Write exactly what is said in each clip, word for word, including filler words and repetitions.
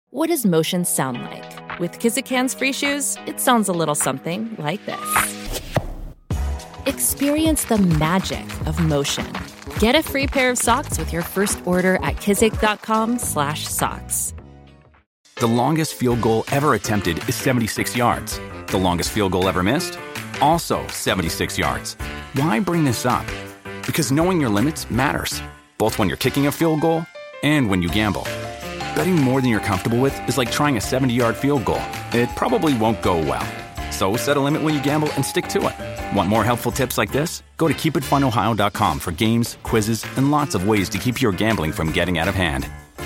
What does motion sound like? With Kizikans free shoes, it sounds a little something like this. Experience the magic of motion. Get a free pair of socks with your first order at kizik.com slash socks. The longest field goal ever attempted is seventy-six yards. The longest field goal ever missed? Also seventy-six yards. Why bring this up? Because knowing your limits matters, both when you're kicking a field goal and when you gamble. Betting more than you're comfortable with is like trying a seventy-yard field goal. It probably won't go well. So set a limit when you gamble and stick to it. Want more helpful tips like this? Go to keep it fun ohio dot com for games, quizzes, and lots of ways to keep your gambling from getting out of hand.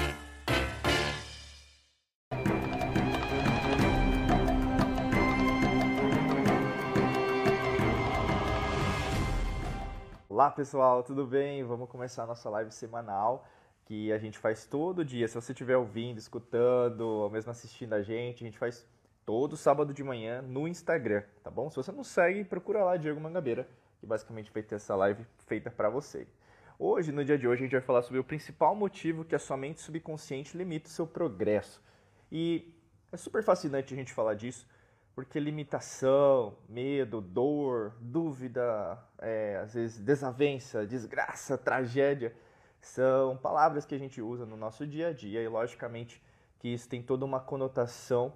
Olá pessoal, tudo bem? Vamos começar a nossa live semanal que a gente faz todo dia. Se você estiver ouvindo, escutando, ou mesmo assistindo a gente, a gente faz todo sábado de manhã no Instagram, tá bom? Se você não segue, procura lá Diego Mangabeira, que basicamente vai ter essa live feita para você. Hoje, no dia de hoje, a gente vai falar sobre o principal motivo que a sua mente subconsciente limita o seu progresso. E é super fascinante a gente falar disso, porque limitação, medo, dor, dúvida, é, às vezes desavença, desgraça, tragédia, são palavras que a gente usa no nosso dia a dia e, logicamente, que isso tem toda uma conotação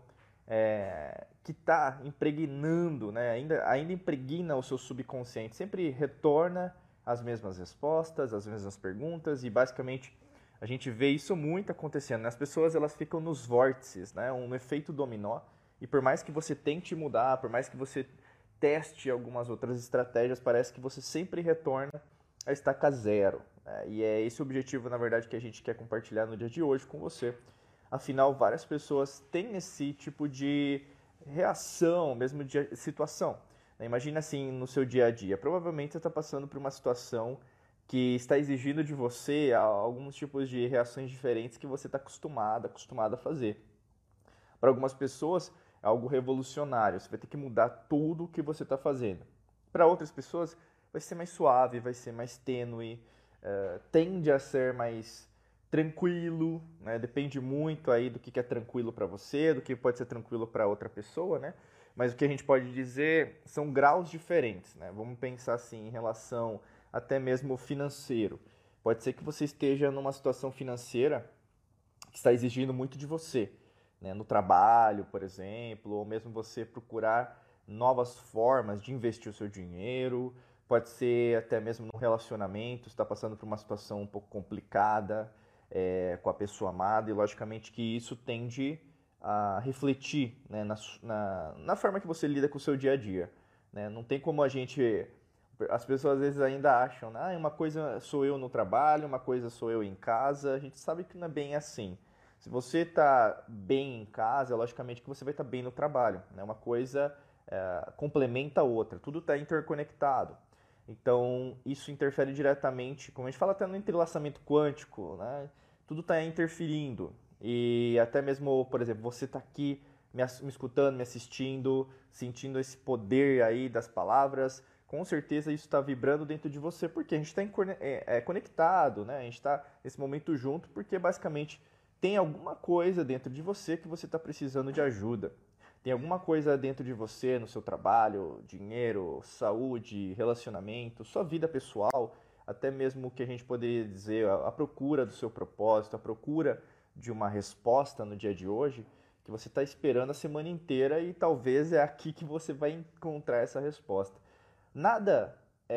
é, que está impregnando, né? ainda, ainda impregna o seu subconsciente, sempre retorna as mesmas respostas, as mesmas perguntas e, basicamente, a gente vê isso muito acontecendo. Né? As pessoas elas ficam nos vórtices, né? Um efeito dominó. E por mais que você tente mudar, por mais que você teste algumas outras estratégias, parece que você sempre retorna a estaca zero. Né? E é esse o objetivo, na verdade, que a gente quer compartilhar no dia de hoje com você. Afinal, várias pessoas têm esse tipo de reação, mesmo de situação. Né? Imagina assim, no seu dia a dia. Provavelmente você está passando por uma situação que está exigindo de você alguns tipos de reações diferentes que você está acostumado, acostumado a fazer. Para algumas pessoas, é algo revolucionário, você vai ter que mudar tudo o que você está fazendo. Para outras pessoas, vai ser mais suave, vai ser mais tênue, uh, tende a ser mais tranquilo, né? Depende muito aí do que é tranquilo para você, do que pode ser tranquilo para outra pessoa, né? Mas o que a gente pode dizer são graus diferentes, né? Vamos pensar assim em relação até mesmo financeiro. Pode ser que você esteja numa situação financeira que está exigindo muito de você. Né, no trabalho, por exemplo, ou mesmo você procurar novas formas de investir o seu dinheiro, pode ser até mesmo no relacionamento, está passando por uma situação um pouco complicada é, com a pessoa amada, e logicamente que isso tende a refletir, né, na, na, na forma que você lida com o seu dia a dia. Né? Não tem como a gente... As pessoas às vezes ainda acham, ah, uma coisa sou eu no trabalho, uma coisa sou eu em casa, a gente sabe que não é bem assim. Se você está bem em casa, logicamente que você vai estar bem no trabalho. Né? Uma coisa é, complementa a outra, tudo está interconectado. Então, isso interfere diretamente, como a gente fala até no entrelaçamento quântico, né? Tudo está interferindo. E até mesmo, por exemplo, você está aqui me, me escutando, me assistindo, sentindo esse poder aí das palavras, com certeza isso está vibrando dentro de você, porque a gente está é, é, conectado, né? A gente está nesse momento junto, porque basicamente... tem alguma coisa dentro de você que você está precisando de ajuda. Tem alguma coisa dentro de você, no seu trabalho, dinheiro, saúde, relacionamento, sua vida pessoal, até mesmo o que a gente poderia dizer, a procura do seu propósito, a procura de uma resposta no dia de hoje, que você está esperando a semana inteira e talvez é aqui que você vai encontrar essa resposta. Nada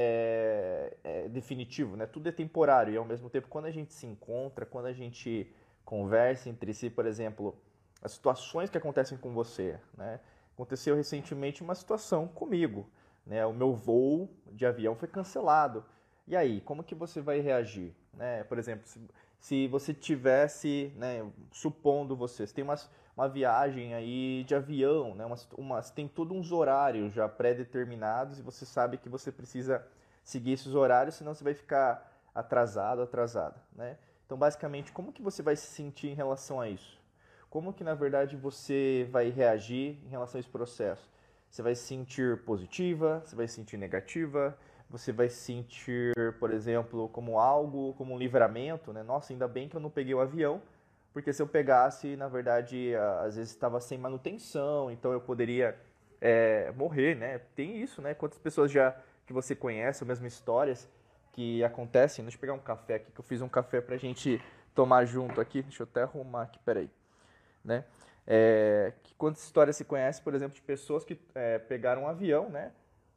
é, é definitivo, né? Tudo é temporário e ao mesmo tempo quando a gente se encontra, quando a gente... conversa entre si, por exemplo, as situações que acontecem com você. Né? Aconteceu recentemente uma situação comigo. Né? O meu voo de avião foi cancelado. E aí, como que você vai reagir? Né? Por exemplo, se, se você tivesse, né, supondo você, você tem uma, uma viagem aí de avião, né? uma, uma, você tem todos uns horários já pré-determinados e você sabe que você precisa seguir esses horários, senão você vai ficar atrasado, atrasada. Né? Então, basicamente, como que você vai se sentir em relação a isso? Como que, na verdade, você vai reagir em relação a esse processo? Você vai se sentir positiva? Você vai se sentir negativa? Você vai se sentir, por exemplo, como algo, como um livramento, né? Nossa, ainda bem que eu não peguei o avião, porque se eu pegasse, na verdade, às vezes estava sem manutenção, então eu poderia é, morrer, né? Tem isso, né? Quantas pessoas já que você conhece, ou mesmo histórias que acontecem. Deixa eu pegar um café aqui, que eu fiz um café pra gente tomar junto aqui. Deixa eu até arrumar aqui, peraí. Né? É, que quantas histórias se conhece, por exemplo, de pessoas que é, pegaram um avião, né?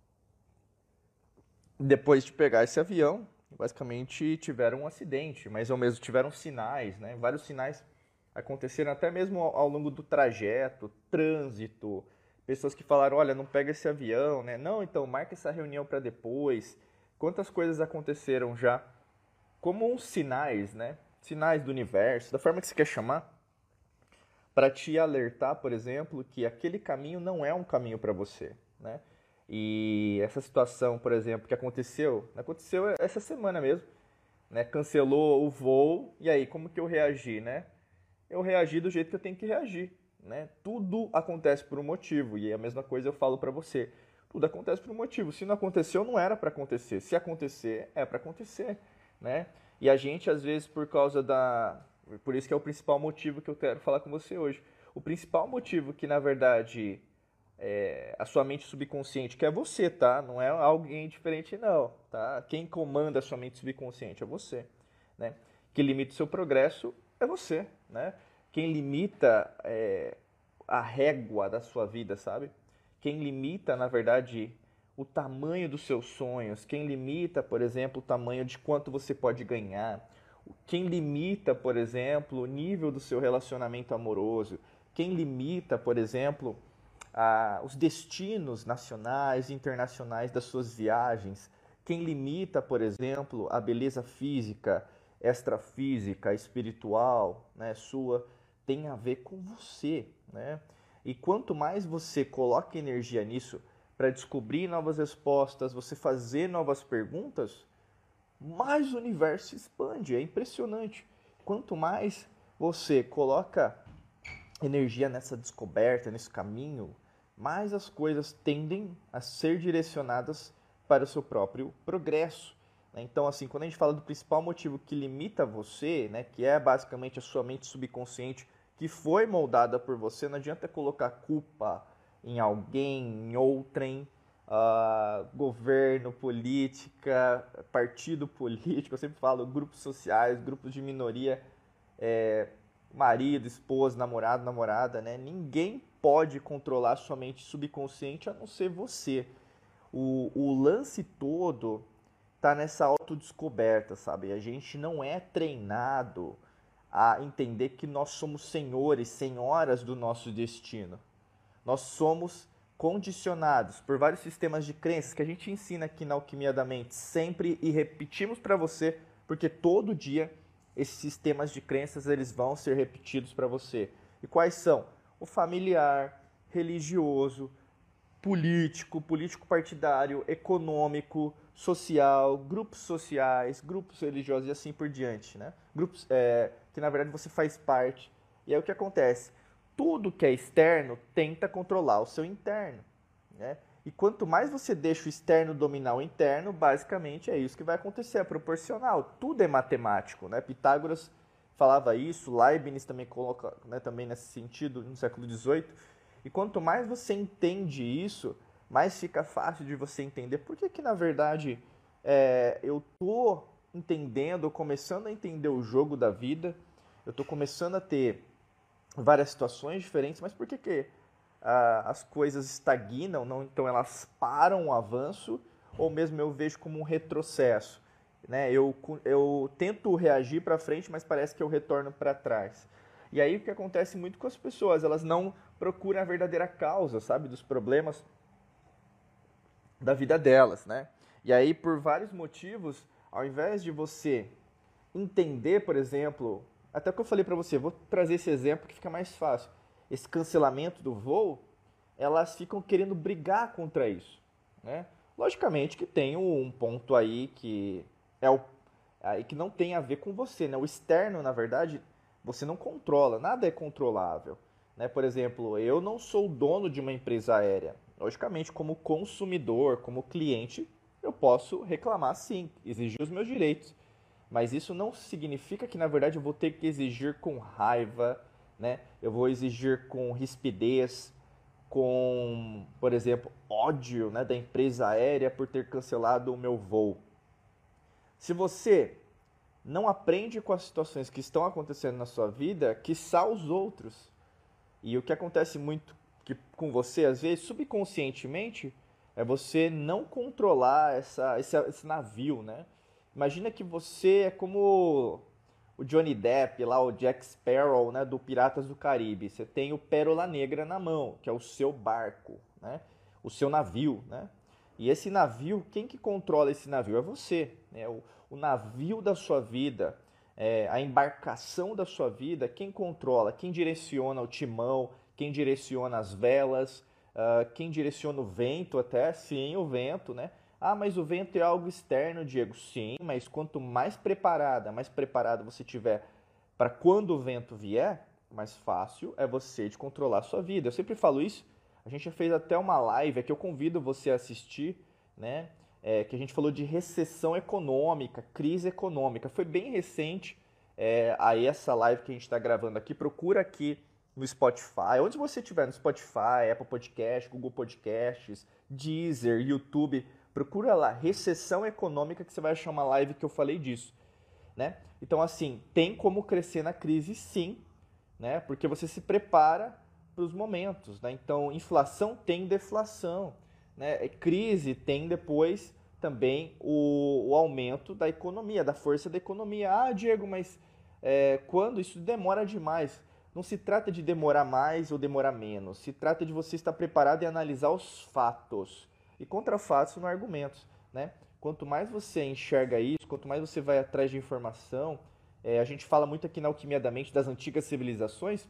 Depois de pegar esse avião, basicamente tiveram um acidente, mas ou mesmo tiveram sinais, né? Vários sinais aconteceram até mesmo ao, ao longo do trajeto, trânsito, pessoas que falaram, olha, não pega esse avião, né? Não, então marca essa reunião para depois. Quantas coisas aconteceram já como uns sinais, né? Sinais do universo, da forma que você quer chamar, para te alertar, por exemplo, que aquele caminho não é um caminho para você, né? E essa situação, por exemplo, que aconteceu, aconteceu essa semana mesmo, né? Cancelou o voo, e aí, como que eu reagi, né? Eu reagi do jeito que eu tenho que reagir, né? Tudo acontece por um motivo, e a mesma coisa eu falo para você. Tudo acontece por um motivo. Se não aconteceu, não era para acontecer. Se acontecer, é para acontecer, né? E a gente, às vezes, por causa da... Por isso que é o principal motivo que eu quero falar com você hoje. O principal motivo que, na verdade... É, a sua mente subconsciente, que é você, tá? Não é alguém diferente, não, tá? Quem comanda a sua mente subconsciente é você, né? Quem limita o seu progresso é você, né? Quem limita é, a régua da sua vida, sabe? Quem limita, na verdade, o tamanho dos seus sonhos, quem limita, por exemplo, o tamanho de quanto você pode ganhar, quem limita, por exemplo, o nível do seu relacionamento amoroso, quem limita, por exemplo... Ah, os destinos nacionais e internacionais das suas viagens, quem limita, por exemplo, a beleza física, extrafísica, espiritual, né, sua, tem a ver com você, né? E quanto mais você coloca energia nisso para descobrir novas respostas, você fazer novas perguntas, mais o universo se expande, é impressionante. Quanto mais você coloca energia nessa descoberta, nesse caminho, mais as coisas tendem a ser direcionadas para o seu próprio progresso. Então, assim, quando a gente fala do principal motivo que limita você, né, que é basicamente a sua mente subconsciente, que foi moldada por você, não adianta colocar culpa em alguém, em outrem, uh, governo, política, partido político, eu sempre falo, grupos sociais, grupos de minoria, é, marido, esposa, namorado, namorada, né? Ninguém pode controlar a sua mente subconsciente a não ser você. O, o lance todo tá nessa autodescoberta, sabe? A gente não é treinado a entender que nós somos senhores, senhoras do nosso destino. Nós somos condicionados por vários sistemas de crenças que a gente ensina aqui na Alquimia da Mente sempre e repetimos para você, porque todo dia esses sistemas de crenças eles vão ser repetidos para você. E quais são? O familiar, religioso, político, político partidário, econômico, social, grupos sociais, grupos religiosos e assim por diante, né? Grupos é, que na verdade você faz parte. E aí o que acontece? Tudo que é externo tenta controlar o seu interno, né? E quanto mais você deixa o externo dominar o interno, basicamente é isso que vai acontecer, é proporcional. Tudo é matemático, né? Pitágoras falava isso, Leibniz também coloca, né, também nesse sentido no século dezoito. E quanto mais você entende isso, mais fica fácil de você entender por que que, na verdade, é, eu tô entendendo, começando a entender o jogo da vida, eu tô começando a ter várias situações diferentes, mas por que que ah, as coisas estagnam, não, então elas param o avanço, ou mesmo eu vejo como um retrocesso, né? Eu, eu tento reagir para frente, mas parece que eu retorno para trás. E aí o que acontece muito com as pessoas, elas não procuram a verdadeira causa, sabe, dos problemas da vida delas, né? E aí, por vários motivos, ao invés de você entender, por exemplo, até o que eu falei para você, vou trazer esse exemplo que fica mais fácil. Esse cancelamento do voo, elas ficam querendo brigar contra isso, né? Logicamente que tem um ponto aí que é o aí que não tem a ver com você, né? O externo, na verdade, você não controla, nada é controlável, né? Por exemplo, eu não sou dono de uma empresa aérea. Logicamente, como consumidor, como cliente, eu posso reclamar sim, exigir os meus direitos. Mas isso não significa que, na verdade, eu vou ter que exigir com raiva, né? Eu vou exigir com rispidez, com, por exemplo, ódio, né, da empresa aérea por ter cancelado o meu voo. Se você não aprende com as situações que estão acontecendo na sua vida, quiçá os outros. E o que acontece muito que, com você, às vezes, subconscientemente, é você não controlar essa, esse, esse navio, né? Imagina que você é como o Johnny Depp, lá, o Jack Sparrow, né, do Piratas do Caribe. Você tem o Pérola Negra na mão, que é o seu barco, né? O seu navio, né? E esse navio, quem que controla esse navio? É você, né? O, o navio da sua vida, é, a embarcação da sua vida, quem controla, quem direciona o timão, quem direciona as velas, uh, quem direciona o vento até, sim, o vento, né? Ah, mas o vento é algo externo, Diego. Sim, mas quanto mais preparada, mais preparado você tiver para quando o vento vier, mais fácil é você de controlar a sua vida. Eu sempre falo isso, a gente já fez até uma live, é que eu convido você a assistir, né? É, que a gente falou de recessão econômica, crise econômica. Foi bem recente, é, aí essa live que a gente está gravando aqui, procura aqui no Spotify, onde você estiver, no Spotify, Apple Podcast, Google Podcasts, Deezer, YouTube, procura lá, recessão econômica, que você vai achar uma live que eu falei disso, né? Então, assim, tem como crescer na crise, sim, né? Porque você se prepara para os momentos, né? Então, inflação tem deflação, né? Crise tem depois também o, o aumento da economia, da força da economia. Ah, Diego, mas é, quando isso demora demais? Não se trata de demorar mais ou demorar menos, se trata de você estar preparado e analisar os fatos. E contra fatos não argumentos, né? Quanto mais você enxerga isso, quanto mais você vai atrás de informação, é, a gente fala muito aqui na Alquimia da Mente das antigas civilizações,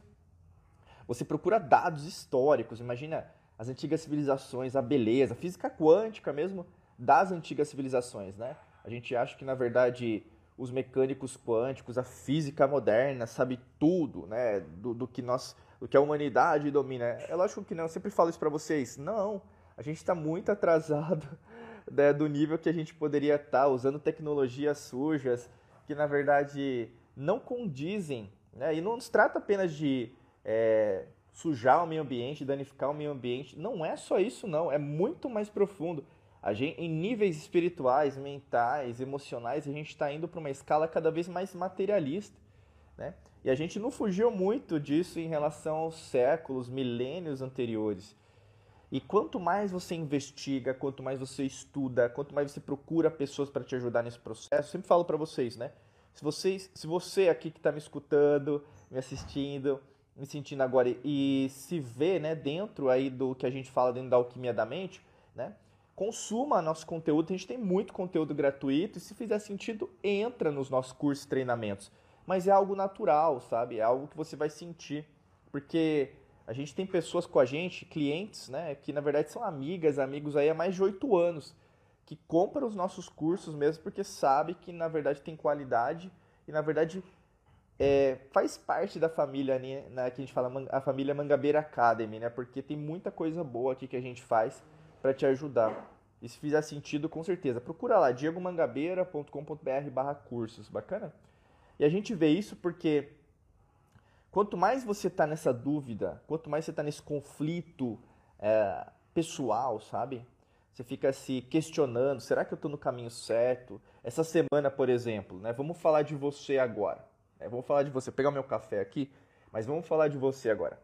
você procura dados históricos, imagina as antigas civilizações, a beleza, a física quântica mesmo das antigas civilizações, né? A gente acha que, na verdade, os mecânicos quânticos, a física moderna, sabe tudo, né? Do, do que nós, do que a humanidade domina. É lógico que não, eu sempre falo isso para vocês. Não, a gente está muito atrasado, né, do nível que a gente poderia estar, usando tecnologias sujas, que, na verdade, não condizem, né? E não se trata apenas de é, sujar o meio ambiente, danificar o meio ambiente. Não é só isso, não. É muito mais profundo. A gente, em níveis espirituais, mentais, emocionais, a gente está indo para uma escala cada vez mais materialista, né? E a gente não fugiu muito disso em relação aos séculos, milênios anteriores. E quanto mais você investiga, quanto mais você estuda, quanto mais você procura pessoas para te ajudar nesse processo, eu sempre falo para vocês, né? Se, vocês, se você aqui que está me escutando, me assistindo, me sentindo agora e se vê, né, dentro aí do que a gente fala dentro da Alquimia da Mente, né? Consuma nosso conteúdo, a gente tem muito conteúdo gratuito e se fizer sentido, entra nos nossos cursos e treinamentos. Mas é algo natural, sabe? É algo que você vai sentir, porque a gente tem pessoas com a gente, clientes, né, que na verdade são amigas, amigos aí há mais de oito anos, que compram os nossos cursos mesmo porque sabe que na verdade tem qualidade e na verdade é, faz parte da família, né, que a gente fala, a família Mangabeira Academy, né, porque tem muita coisa boa aqui que a gente faz para te ajudar. E se fizer sentido, com certeza. Procura lá, diego mangabeira ponto com ponto b r barra cursos. Bacana? E a gente vê isso porque quanto mais você está nessa dúvida, quanto mais você está nesse conflito é, pessoal, sabe? Você fica se questionando, será que eu estou no caminho certo? Essa semana, por exemplo, né? Vamos falar de você agora. Né? Vamos falar de você. Vou pegar o meu café aqui, mas vamos falar de você agora.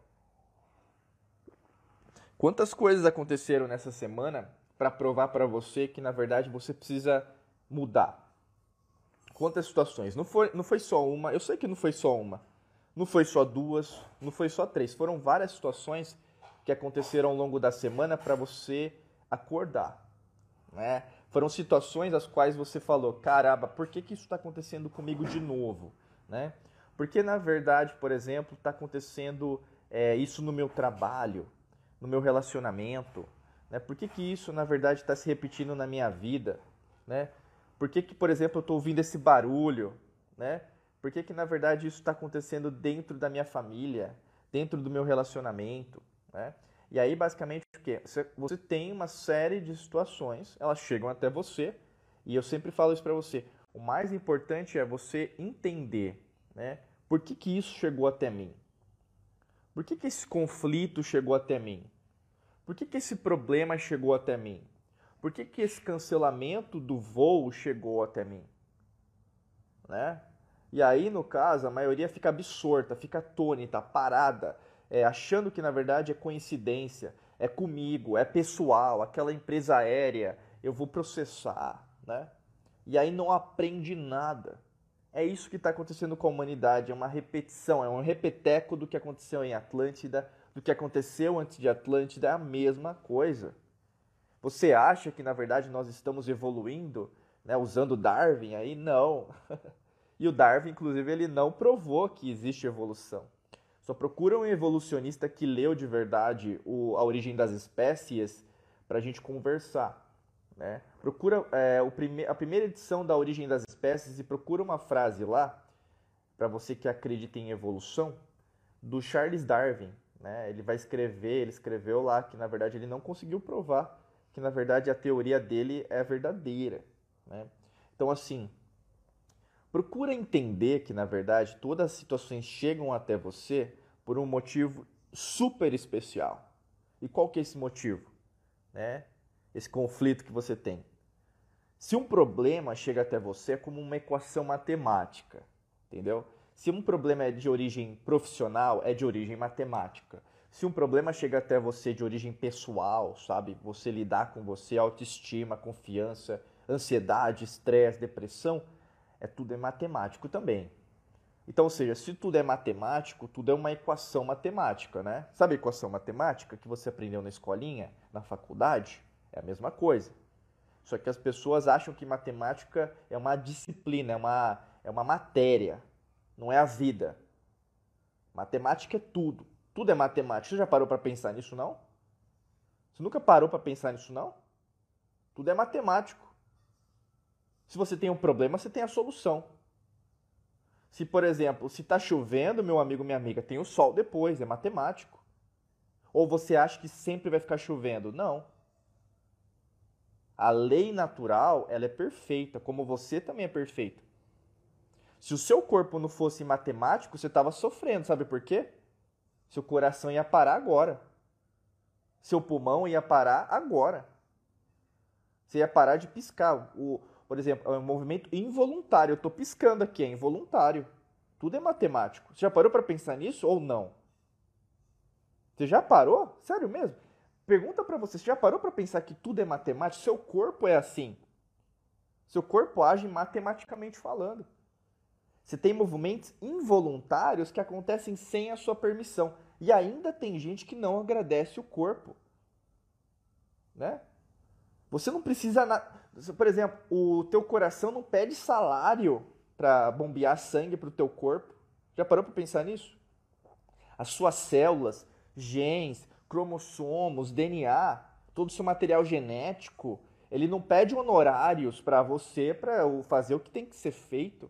Quantas coisas aconteceram nessa semana para provar para você que, na verdade, você precisa mudar? Quantas situações? Não foi, não foi só uma, eu sei que não foi só uma, não foi só duas, não foi só três. Foram várias situações que aconteceram ao longo da semana para você acordar, né? Foram situações as quais você falou, caramba, por que, que isso está acontecendo comigo de novo? Né? Porque, na verdade, por exemplo, está acontecendo é, isso no meu trabalho, no meu relacionamento, né? Por que, que isso, na verdade, está se repetindo na minha vida, né? Por que, que, por exemplo, eu estou ouvindo esse barulho, né? Por que, que, na verdade, isso está acontecendo dentro da minha família, dentro do meu relacionamento, né? E aí, basicamente, o quê? Você tem uma série de situações, elas chegam até você, e eu sempre falo isso para você, O mais importante é você entender, né? Por que que isso chegou até mim? Por que que esse conflito chegou até mim? Por que que esse problema chegou até mim? Por que que esse cancelamento do voo chegou até mim? Né? E aí, no caso, a maioria fica absorta, fica atônita, parada, é, achando que na verdade é coincidência, é comigo, é pessoal, aquela empresa aérea, eu vou processar, né? E aí não aprende nada. É isso que está acontecendo com a humanidade, é uma repetição, é um repeteco do que aconteceu em Atlântida, do que aconteceu antes de Atlântida, é a mesma coisa. Você acha que na verdade nós estamos evoluindo, né, usando Darwin aí? Não. E o Darwin, inclusive, ele não provou que existe evolução. Só procura um evolucionista que leu de verdade o, a origem das espécies para a gente conversar. Né? Procura é, o prime a primeira edição da Origem das Espécies e procura uma frase lá, para você que acredita em evolução, do Charles Darwin. Né? Ele vai escrever, ele escreveu lá que na verdade ele não conseguiu provar que na verdade a teoria dele é verdadeira. Né? Então assim, procura entender que na verdade todas as situações chegam até você por um motivo super especial. E qual que é esse motivo? Né? Esse conflito que você tem. Se um problema chega até você é como uma equação matemática, entendeu? Se um problema é de origem profissional, é de origem matemática. Se um problema chega até você de origem pessoal, sabe? Você lidar com você, autoestima, confiança, ansiedade, estresse, depressão, é tudo é matemático também. Então, ou seja, se tudo é matemático, tudo é uma equação matemática, né? Sabe a equação matemática que você aprendeu na escolinha, na faculdade? É a mesma coisa. Só que as pessoas acham que matemática é uma disciplina, é uma, é uma matéria, não é a vida. Matemática é tudo. Tudo é matemática. Você já parou para pensar nisso, não? Você nunca parou para pensar nisso, não? Tudo é matemático. Se você tem um problema, você tem a solução. Se, por exemplo, se está chovendo, meu amigo, minha amiga, tem o sol depois, é matemático. Ou você acha que sempre vai ficar chovendo? Não. A lei natural, ela é perfeita, como você também é perfeito. Se o seu corpo não fosse matemático, você estava sofrendo, sabe por quê? Seu coração ia parar agora. Seu pulmão ia parar agora. Você ia parar de piscar. O, por exemplo, é um movimento involuntário. Eu estou piscando aqui, é involuntário. Tudo é matemático. Você já parou para pensar nisso ou não? Você já parou? Sério mesmo? Pergunta para você, você já parou para pensar que tudo é matemático? Seu corpo é assim. Seu corpo age matematicamente falando. Você tem movimentos involuntários que acontecem sem a sua permissão. E ainda tem gente que não agradece o corpo. Né? Você não precisa... Na... Por exemplo, o teu coração não pede salário para bombear sangue para o teu corpo. Já parou para pensar nisso? As suas células, genes, cromossomos, D N A, todo o seu material genético, ele não pede honorários para você para fazer o que tem que ser feito.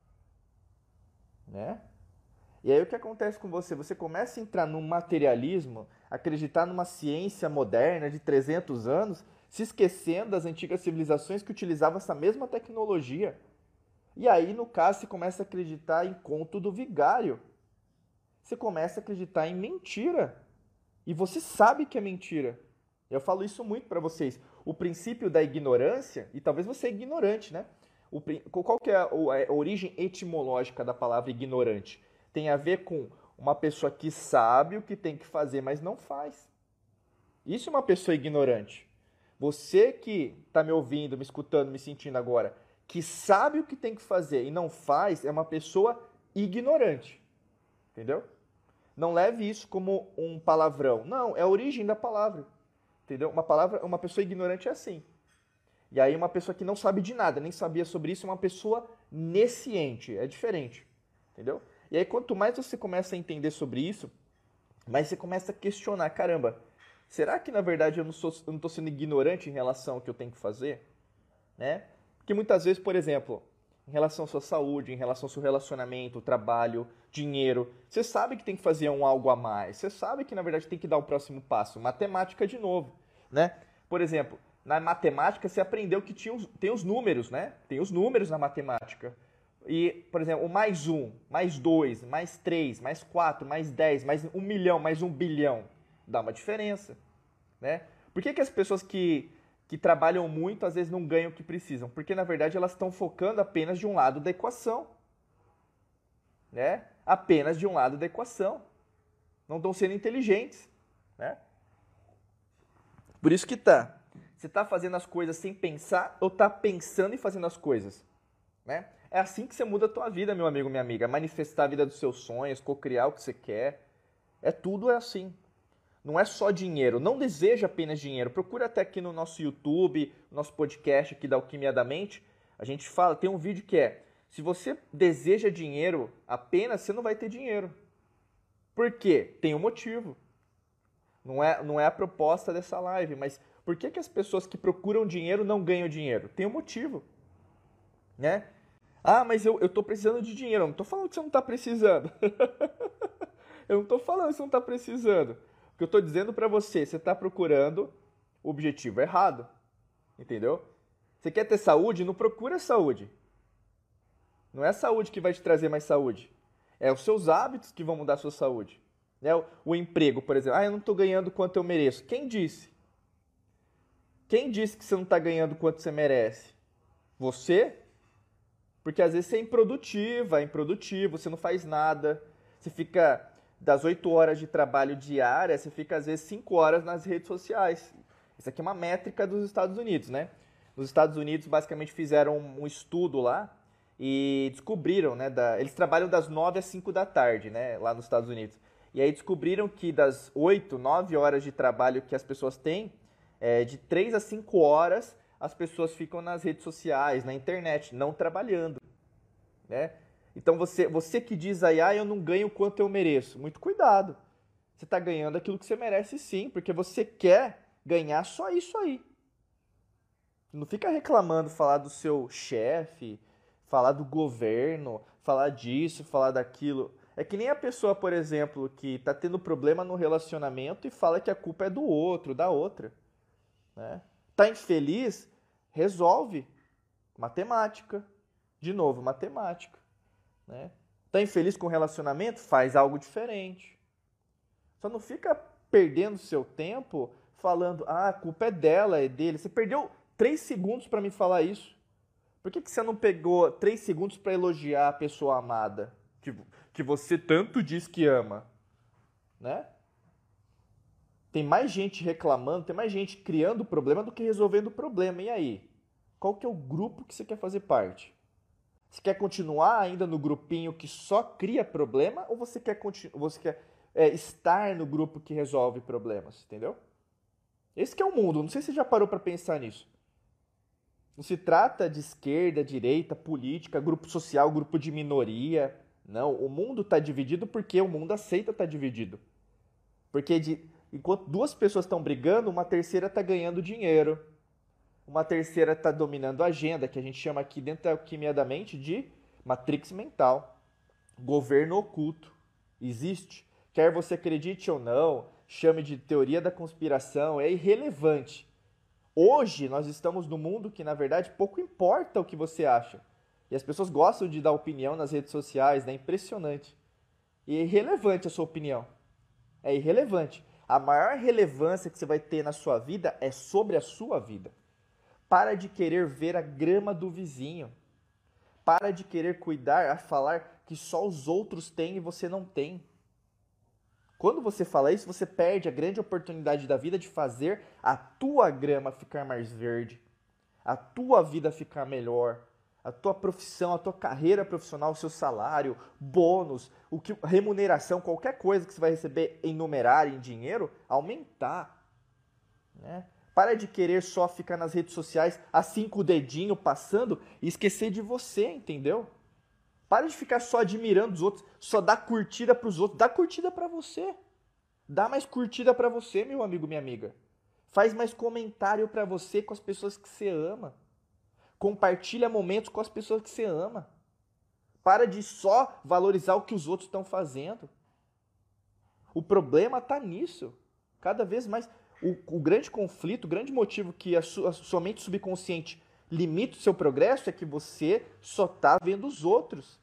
Né? E aí o que acontece com você? Você começa a entrar no materialismo, acreditar numa ciência moderna de trezentos anos, se esquecendo das antigas civilizações que utilizavam essa mesma tecnologia. E aí, no caso, você começa a acreditar em conto do vigário. Você começa a acreditar em mentira. E você sabe que é mentira. Eu falo isso muito para vocês. O princípio da ignorância, e talvez você é ignorante, né? O, qual que é a, a origem etimológica da palavra ignorante? Tem a ver com uma pessoa que sabe o que tem que fazer, mas não faz. Isso é uma pessoa ignorante. Você que está me ouvindo, me escutando, me sentindo agora, que sabe o que tem que fazer e não faz, é uma pessoa ignorante. Entendeu? Não leve isso como um palavrão. Não, é a origem da palavra. Entendeu? Uma palavra, uma pessoa ignorante é assim. E aí uma pessoa que não sabe de nada, nem sabia sobre isso, é uma pessoa nesciente. É diferente. Entendeu? E aí quanto mais você começa a entender sobre isso, mais você começa a questionar. Caramba, será que na verdade eu não sou, eu não estou sendo ignorante em relação ao que eu tenho que fazer? Né? Porque muitas vezes, por exemplo, em relação à sua saúde, em relação ao seu relacionamento, trabalho, dinheiro, você sabe que tem que fazer um algo a mais. Você sabe que na verdade tem que dar o próximo passo. Matemática de novo. Né? Por exemplo, Na matemática, você aprendeu que tinha os, tem os números, né? Tem os números na matemática. E, por exemplo, o mais um, mais dois, mais três, mais quatro, mais dez, mais um milhão, mais um bilhão. Dá uma diferença, né? Por que que as pessoas que, que trabalham muito, às vezes, não ganham o que precisam? Porque, na verdade, elas estão focando apenas de um lado da equação, né? Apenas de um lado da equação. Não estão sendo inteligentes, né? Por isso que tá. Você está fazendo as coisas sem pensar ou está pensando e fazendo as coisas, né? É assim que você muda a tua vida, meu amigo, minha amiga. Manifestar a vida dos seus sonhos, cocriar o que você quer. É tudo é assim. Não é só dinheiro. Não deseja apenas dinheiro. Procura até aqui no nosso YouTube, nosso podcast aqui da Alquimia da Mente. A gente fala, tem um vídeo que é, se você deseja dinheiro apenas, você não vai ter dinheiro. Por quê? Tem um motivo. Não é, não é a proposta dessa live, mas por que que as pessoas que procuram dinheiro não ganham dinheiro? Tem um motivo, né? Ah, mas eu, eu tô precisando de dinheiro. Eu não tô falando que você não tá precisando. Eu não tô falando que você não tá precisando. O que eu tô dizendo pra você, você tá procurando o objetivo errado. Entendeu? Você quer ter saúde? Não procura saúde. Não é a saúde que vai te trazer mais saúde. É os seus hábitos que vão mudar a sua saúde. É o, o emprego, por exemplo. Ah, eu não tô ganhando quanto eu mereço. Quem disse? Quem disse que você não tá ganhando quanto você merece? Você? Porque às vezes você é improdutiva, é improdutivo, você não faz nada. Você fica, das oito horas de trabalho diária, você fica às vezes cinco horas nas redes sociais. Isso aqui é uma métrica dos Estados Unidos, né? Nos Estados Unidos, basicamente, fizeram um estudo lá e descobriram, né? Da, eles trabalham das nove às cinco da tarde, né? Lá nos Estados Unidos. E aí descobriram que das oito, nove horas de trabalho que as pessoas têm, é, de três a cinco horas... as pessoas ficam nas redes sociais, na internet, não trabalhando, né? Então você, você que diz aí, ah, eu não ganho quanto eu mereço. Muito cuidado. Você está ganhando aquilo que você merece sim, porque você quer ganhar só isso aí. Não fica reclamando, falar do seu chefe, falar do governo, falar disso, falar daquilo. É que nem a pessoa, por exemplo, que está tendo problema no relacionamento e fala que a culpa é do outro, da outra, né? Tá infeliz? Resolve. Matemática. De novo, matemática, né? Tá infeliz com o relacionamento? Faz algo diferente. Só não fica perdendo seu tempo falando, ah, a culpa é dela, é dele. Você perdeu três segundos para me falar isso. Por que que você não pegou três segundos para elogiar a pessoa amada? Que, que você tanto diz que ama, né? Tem mais gente reclamando, tem mais gente criando problema do que resolvendo o problema. E aí? Qual que é o grupo que você quer fazer parte? Você quer continuar ainda no grupinho que só cria problema? Ou você quer, você quer é, estar no grupo que resolve problemas? Entendeu? Esse que é o mundo. Não sei se você já parou para pensar nisso. Não se trata de esquerda, direita, política, grupo social, grupo de minoria. Não, o mundo está dividido porque o mundo aceita estar dividido. Porque de... enquanto duas pessoas estão brigando, uma terceira está ganhando dinheiro. Uma terceira está dominando a agenda, que a gente chama aqui dentro da Alquimia da Mente de matrix mental. Governo oculto. Existe. Quer você acredite ou não, chame de teoria da conspiração, é irrelevante. Hoje nós estamos num mundo que, na verdade, pouco importa o que você acha. E as pessoas gostam de dar opinião nas redes sociais, né? Impressionante. E é irrelevante a sua opinião. É irrelevante. A maior relevância que você vai ter na sua vida é sobre a sua vida. Para de querer ver a grama do vizinho. Para de querer cuidar, a falar que só os outros têm e você não tem. Quando você fala isso, você perde a grande oportunidade da vida de fazer a tua grama ficar mais verde, a tua vida ficar melhor, a tua profissão, a tua carreira profissional, o seu salário, bônus, o que, remuneração, qualquer coisa que você vai receber em numerário, em dinheiro, aumentar, né? Para de querer só ficar nas redes sociais, assim com o dedinho passando e esquecer de você, entendeu? Para de ficar só admirando os outros, só dar curtida para os outros, dá curtida para você. Dá mais curtida para você, meu amigo, minha amiga. Faz mais comentário para você com as pessoas que você ama. Compartilha momentos com as pessoas que você ama. Para de só valorizar o que os outros estão fazendo. O problema está nisso. Cada vez mais. o, o grande conflito, o grande motivo que a, su, a sua mente subconsciente limita o seu progresso é que você só está vendo os outros.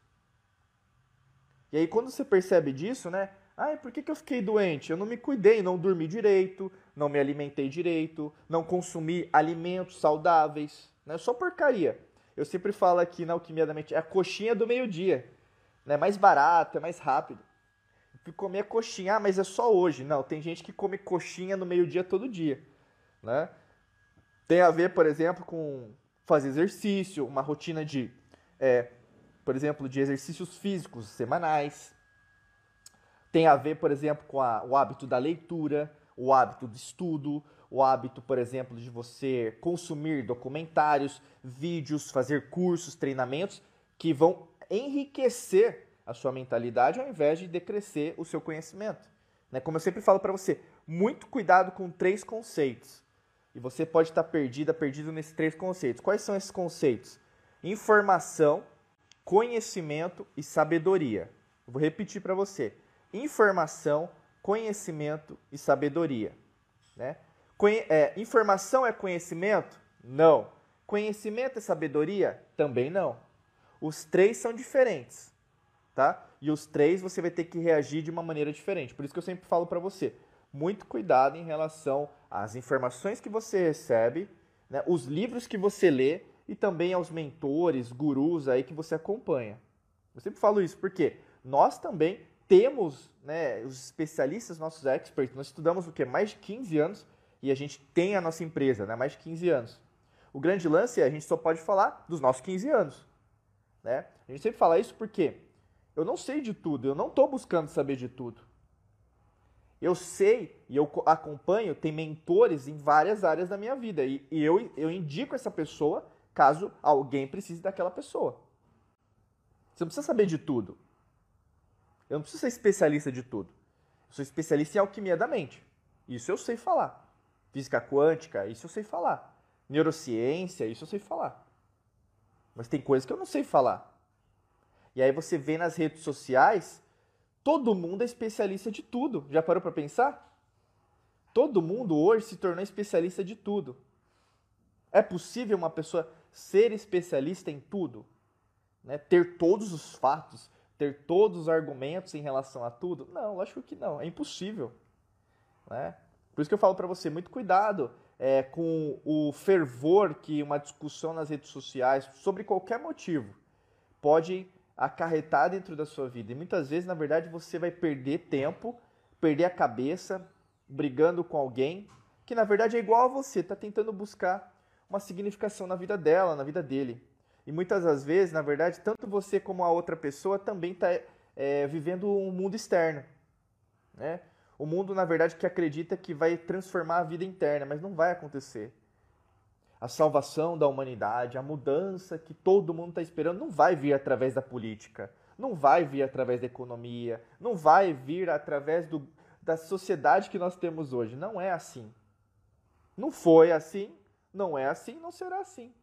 E aí quando você percebe disso, né? Ah, por que, que eu fiquei doente? Eu não me cuidei, não dormi direito, não me alimentei direito, não consumi alimentos saudáveis, né? Só porcaria. Eu sempre falo aqui na Alquimia da Mente, é a coxinha do meio-dia. É mais barato, é mais rápido. Eu fui comer coxinha, ah, mas é só hoje. Não, tem gente que come coxinha no meio-dia todo dia, né? Tem a ver, por exemplo, com fazer exercício, uma rotina de, é, por exemplo, de exercícios físicos semanais. Tem a ver, por exemplo, com a, o hábito da leitura, o hábito de estudo, o hábito, por exemplo, de você consumir documentários, vídeos, fazer cursos, treinamentos que vão enriquecer a sua mentalidade ao invés de decrescer o seu conhecimento. Né? Como eu sempre falo para você, muito cuidado com três conceitos. E você pode estar perdida, perdido nesses três conceitos. Quais são esses conceitos? Informação, conhecimento e sabedoria. Eu vou repetir para você. Informação, conhecimento e sabedoria. Né? Conhe- é, informação é conhecimento? Não. Conhecimento é sabedoria? Também não. Os três são diferentes. Tá? E os três você vai ter que reagir de uma maneira diferente. Por isso que eu sempre falo para você, muito cuidado em relação às informações que você recebe, né, os livros que você lê e também aos mentores, gurus aí que você acompanha. Eu sempre falo isso porque nós também temos, né, os especialistas, nossos experts, nós estudamos o quê? Mais de quinze anos e a gente tem a nossa empresa, né, mais de quinze anos. O grande lance é a gente só pode falar dos nossos quinze anos. Né? A gente sempre fala isso porque eu não sei de tudo, eu não estou buscando saber de tudo. Eu sei e eu acompanho, tem mentores em várias áreas da minha vida. E, e eu, eu indico essa pessoa caso alguém precise daquela pessoa. Você não precisa saber de tudo. Eu não preciso ser especialista de tudo. Eu sou especialista em alquimia da mente. Isso eu sei falar. Física quântica, isso eu sei falar. Neurociência, isso eu sei falar. Mas tem coisas que eu não sei falar. E aí você vê nas redes sociais, todo mundo é especialista de tudo. Já parou para pensar? Todo mundo hoje se tornou especialista de tudo. É possível uma pessoa ser especialista em tudo? Né? Ter todos os fatos, ter todos os argumentos em relação a tudo? Não, lógico que não. É impossível. Né? Por isso que eu falo para você, muito cuidado é, com o fervor que uma discussão nas redes sociais, sobre qualquer motivo, pode acarretar dentro da sua vida. E muitas vezes, na verdade, você vai perder tempo, perder a cabeça, brigando com alguém que, na verdade, é igual a você, está tentando buscar uma significação na vida dela, na vida dele. E muitas das vezes, na verdade, tanto você como a outra pessoa também está é, vivendo um mundo externo. Né? O mundo, na verdade, que acredita que vai transformar a vida interna, mas não vai acontecer. A salvação da humanidade, a mudança que todo mundo está esperando, não vai vir através da política, não vai vir através da economia, não vai vir através do, da sociedade que nós temos hoje. Não é assim. Não foi assim, não é assim, não será assim.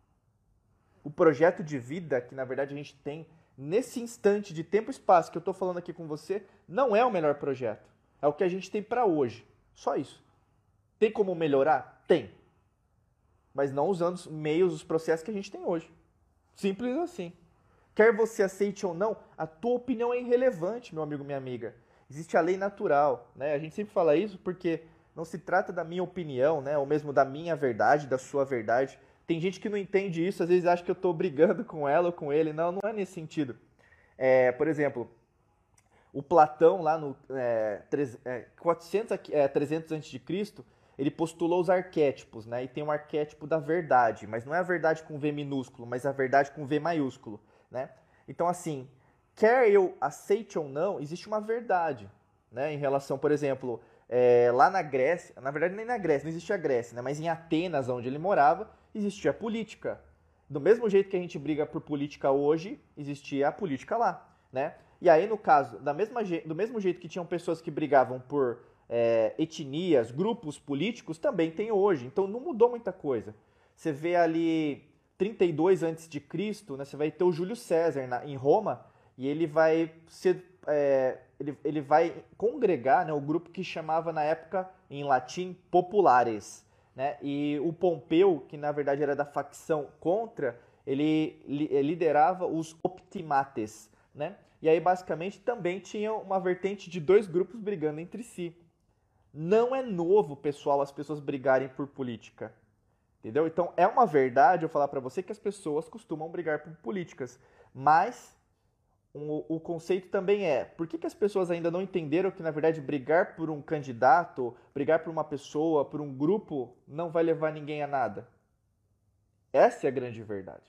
O projeto de vida que, na verdade, a gente tem nesse instante de tempo e espaço que eu estou falando aqui com você, não é o melhor projeto. É o que a gente tem para hoje. Só isso. Tem como melhorar? Tem. Mas não usando os meios, os processos que a gente tem hoje. Simples assim. Quer você aceite ou não, a tua opinião é irrelevante, meu amigo, minha amiga. Existe a lei natural, né? A gente sempre fala isso porque não se trata da minha opinião, né? Ou mesmo da minha verdade, da sua verdade. Tem gente que não entende isso, às vezes acha que eu estou brigando com ela ou com ele. Não, não é nesse sentido. É, por exemplo, o Platão lá no é, quatrocentos, é, trezentos antes de Cristo, ele postulou os arquétipos, né? E tem um arquétipo da verdade, mas não é a verdade com V minúsculo, mas a verdade com V maiúsculo, né? Então, assim, quer eu aceite ou não, existe uma verdade, né? Em relação, por exemplo, é, lá na Grécia, na verdade nem na Grécia, não existia a Grécia, né? Mas em Atenas, onde ele morava, existia a política. Do mesmo jeito que a gente briga por política hoje, existia a política lá, né? E aí, no caso, da mesma, do mesmo jeito que tinham pessoas que brigavam por É, etnias, grupos políticos, também tem hoje. Então não mudou muita coisa. Você vê ali trinta e dois antes de Cristo, né, você vai ter o Júlio César na, em Roma, e ele vai ser é, ele, ele vai congregar, né, o grupo que chamava na época, em latim, populares. Né? E o Pompeu, que na verdade era da facção contra, ele liderava os optimates. Né? E aí basicamente também tinha uma vertente de dois grupos brigando entre si. Não é novo, pessoal, as pessoas brigarem por política. Entendeu? Então é uma verdade eu falar para você que as pessoas costumam brigar por políticas. Mas o, o conceito também é, por que, que as pessoas ainda não entenderam que na verdade brigar por um candidato, brigar por uma pessoa, por um grupo, não vai levar ninguém a nada? Essa é a grande verdade.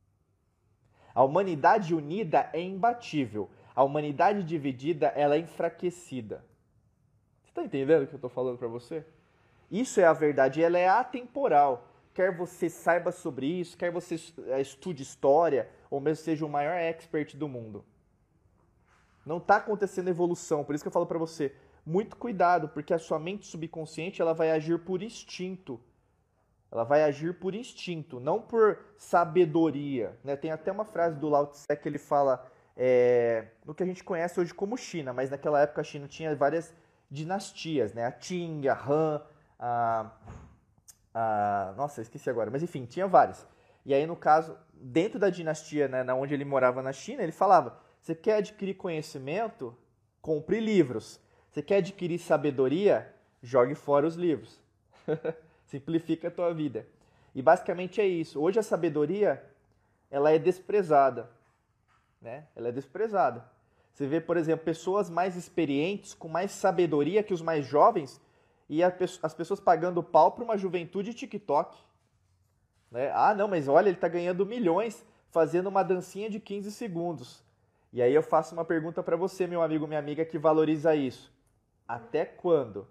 A humanidade unida é imbatível. A humanidade dividida, ela é enfraquecida. Você está entendendo o que eu estou falando para você? Isso é a verdade, ela é atemporal. Quer você saiba sobre isso, quer você estude história, ou mesmo seja o maior expert do mundo. Não está acontecendo evolução, por isso que eu falo para você, muito cuidado, porque a sua mente subconsciente ela vai agir por instinto. Ela vai agir por instinto, não por sabedoria. Né? Tem até uma frase do Lao Tse que ele fala é, no que a gente conhece hoje como China, mas naquela época a China tinha várias dinastias, né? A Qing, a Han, a, a... Nossa, esqueci agora, mas enfim, tinha várias. E aí, no caso, dentro da dinastia, né, na onde ele morava na China, ele falava, você quer adquirir conhecimento? Compre livros. Você quer adquirir sabedoria? Jogue fora os livros. Simplifica a tua vida. E basicamente é isso. Hoje a sabedoria, ela é desprezada. Né? Ela é desprezada. Você vê, por exemplo, pessoas mais experientes, com mais sabedoria que os mais jovens, e as pessoas pagando pau para uma juventude TikTok. Né? Ah, não, mas olha, ele está ganhando milhões fazendo uma dancinha de quinze segundos. E aí eu faço uma pergunta para você, meu amigo, minha amiga, que valoriza isso. Até quando?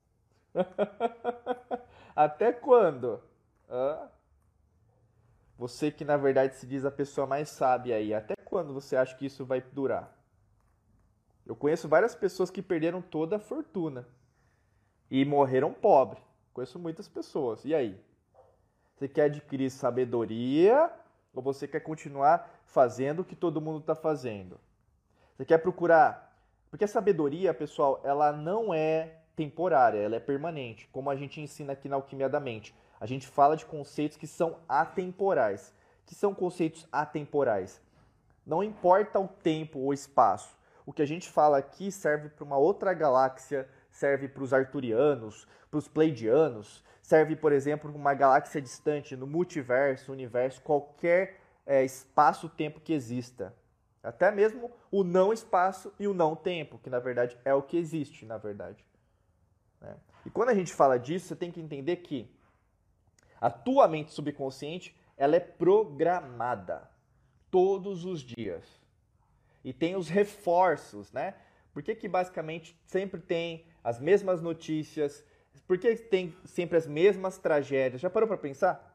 Até quando? Hã? Você que na verdade se diz a pessoa mais sábia aí, até quando você acha que isso vai durar? Eu conheço várias pessoas que perderam toda a fortuna e morreram pobres. Conheço muitas pessoas. E aí? Você quer adquirir sabedoria ou você quer continuar fazendo o que todo mundo está fazendo? Você quer procurar... Porque a sabedoria, pessoal, ela não é temporária, ela é permanente, como a gente ensina aqui na Alquimia da Mente. A gente fala de conceitos que são atemporais. Que são conceitos atemporais? Não importa o tempo ou espaço. O que a gente fala aqui serve para uma outra galáxia, serve para os arturianos, para os pleidianos, serve, por exemplo, para uma galáxia distante, no multiverso, universo, qualquer é, espaço-tempo que exista. Até mesmo o não espaço e o não tempo, que na verdade é o que existe, na verdade. Né? E quando a gente fala disso, você tem que entender que a tua mente subconsciente, ela é programada todos os dias. E tem os reforços, né? Por que que basicamente sempre tem as mesmas notícias? Por que tem sempre as mesmas tragédias? Já parou para pensar?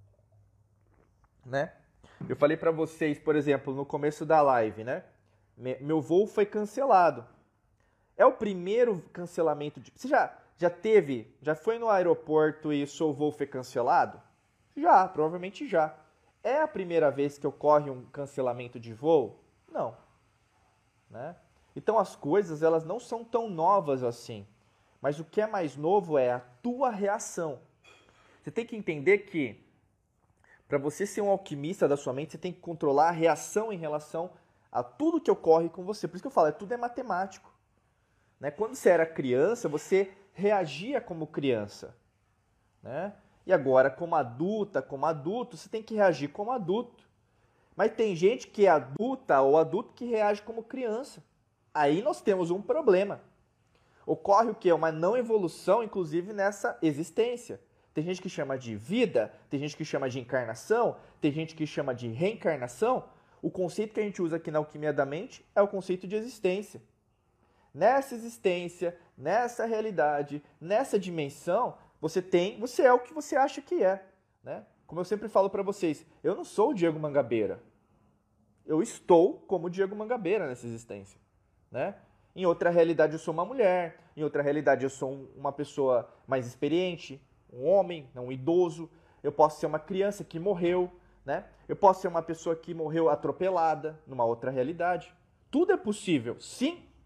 Né? Eu falei para vocês, por exemplo, no começo da live, né? Meu voo foi cancelado. É o primeiro cancelamento de... Você já, já teve, já foi no aeroporto e o seu voo foi cancelado? Já, provavelmente já. É a primeira vez que ocorre um cancelamento de voo? Não. Né? Então as coisas elas não são tão novas assim. Mas o que é mais novo é a tua reação. Você tem que entender que para você ser um alquimista da sua mente, você tem que controlar a reação em relação a tudo que ocorre com você. Por isso que eu falo, é, tudo é matemático. Né? Quando você era criança, você reagia como criança. Né? E agora, como adulta, como adulto, você tem que reagir como adulto. Mas tem gente que é adulta ou adulto que reage como criança. Aí nós temos um problema. Ocorre o quê? Uma não evolução, inclusive, nessa existência. Tem gente que chama de vida, tem gente que chama de encarnação, tem gente que chama de reencarnação. O conceito que a gente usa aqui na Alquimia da Mente é o conceito de existência. Nessa existência, nessa realidade, nessa dimensão, você tem, você é o que você acha que é. Né? Como eu sempre falo para vocês, eu não sou o Diego Mangabeira. Eu estou como o Diego Mangabeira nessa existência. Né? Em outra realidade eu sou uma mulher, em outra realidade eu sou uma pessoa mais experiente, um homem, um idoso, eu posso ser uma criança que morreu, né? Eu posso ser uma pessoa que morreu atropelada numa outra realidade. Tudo é possível, sim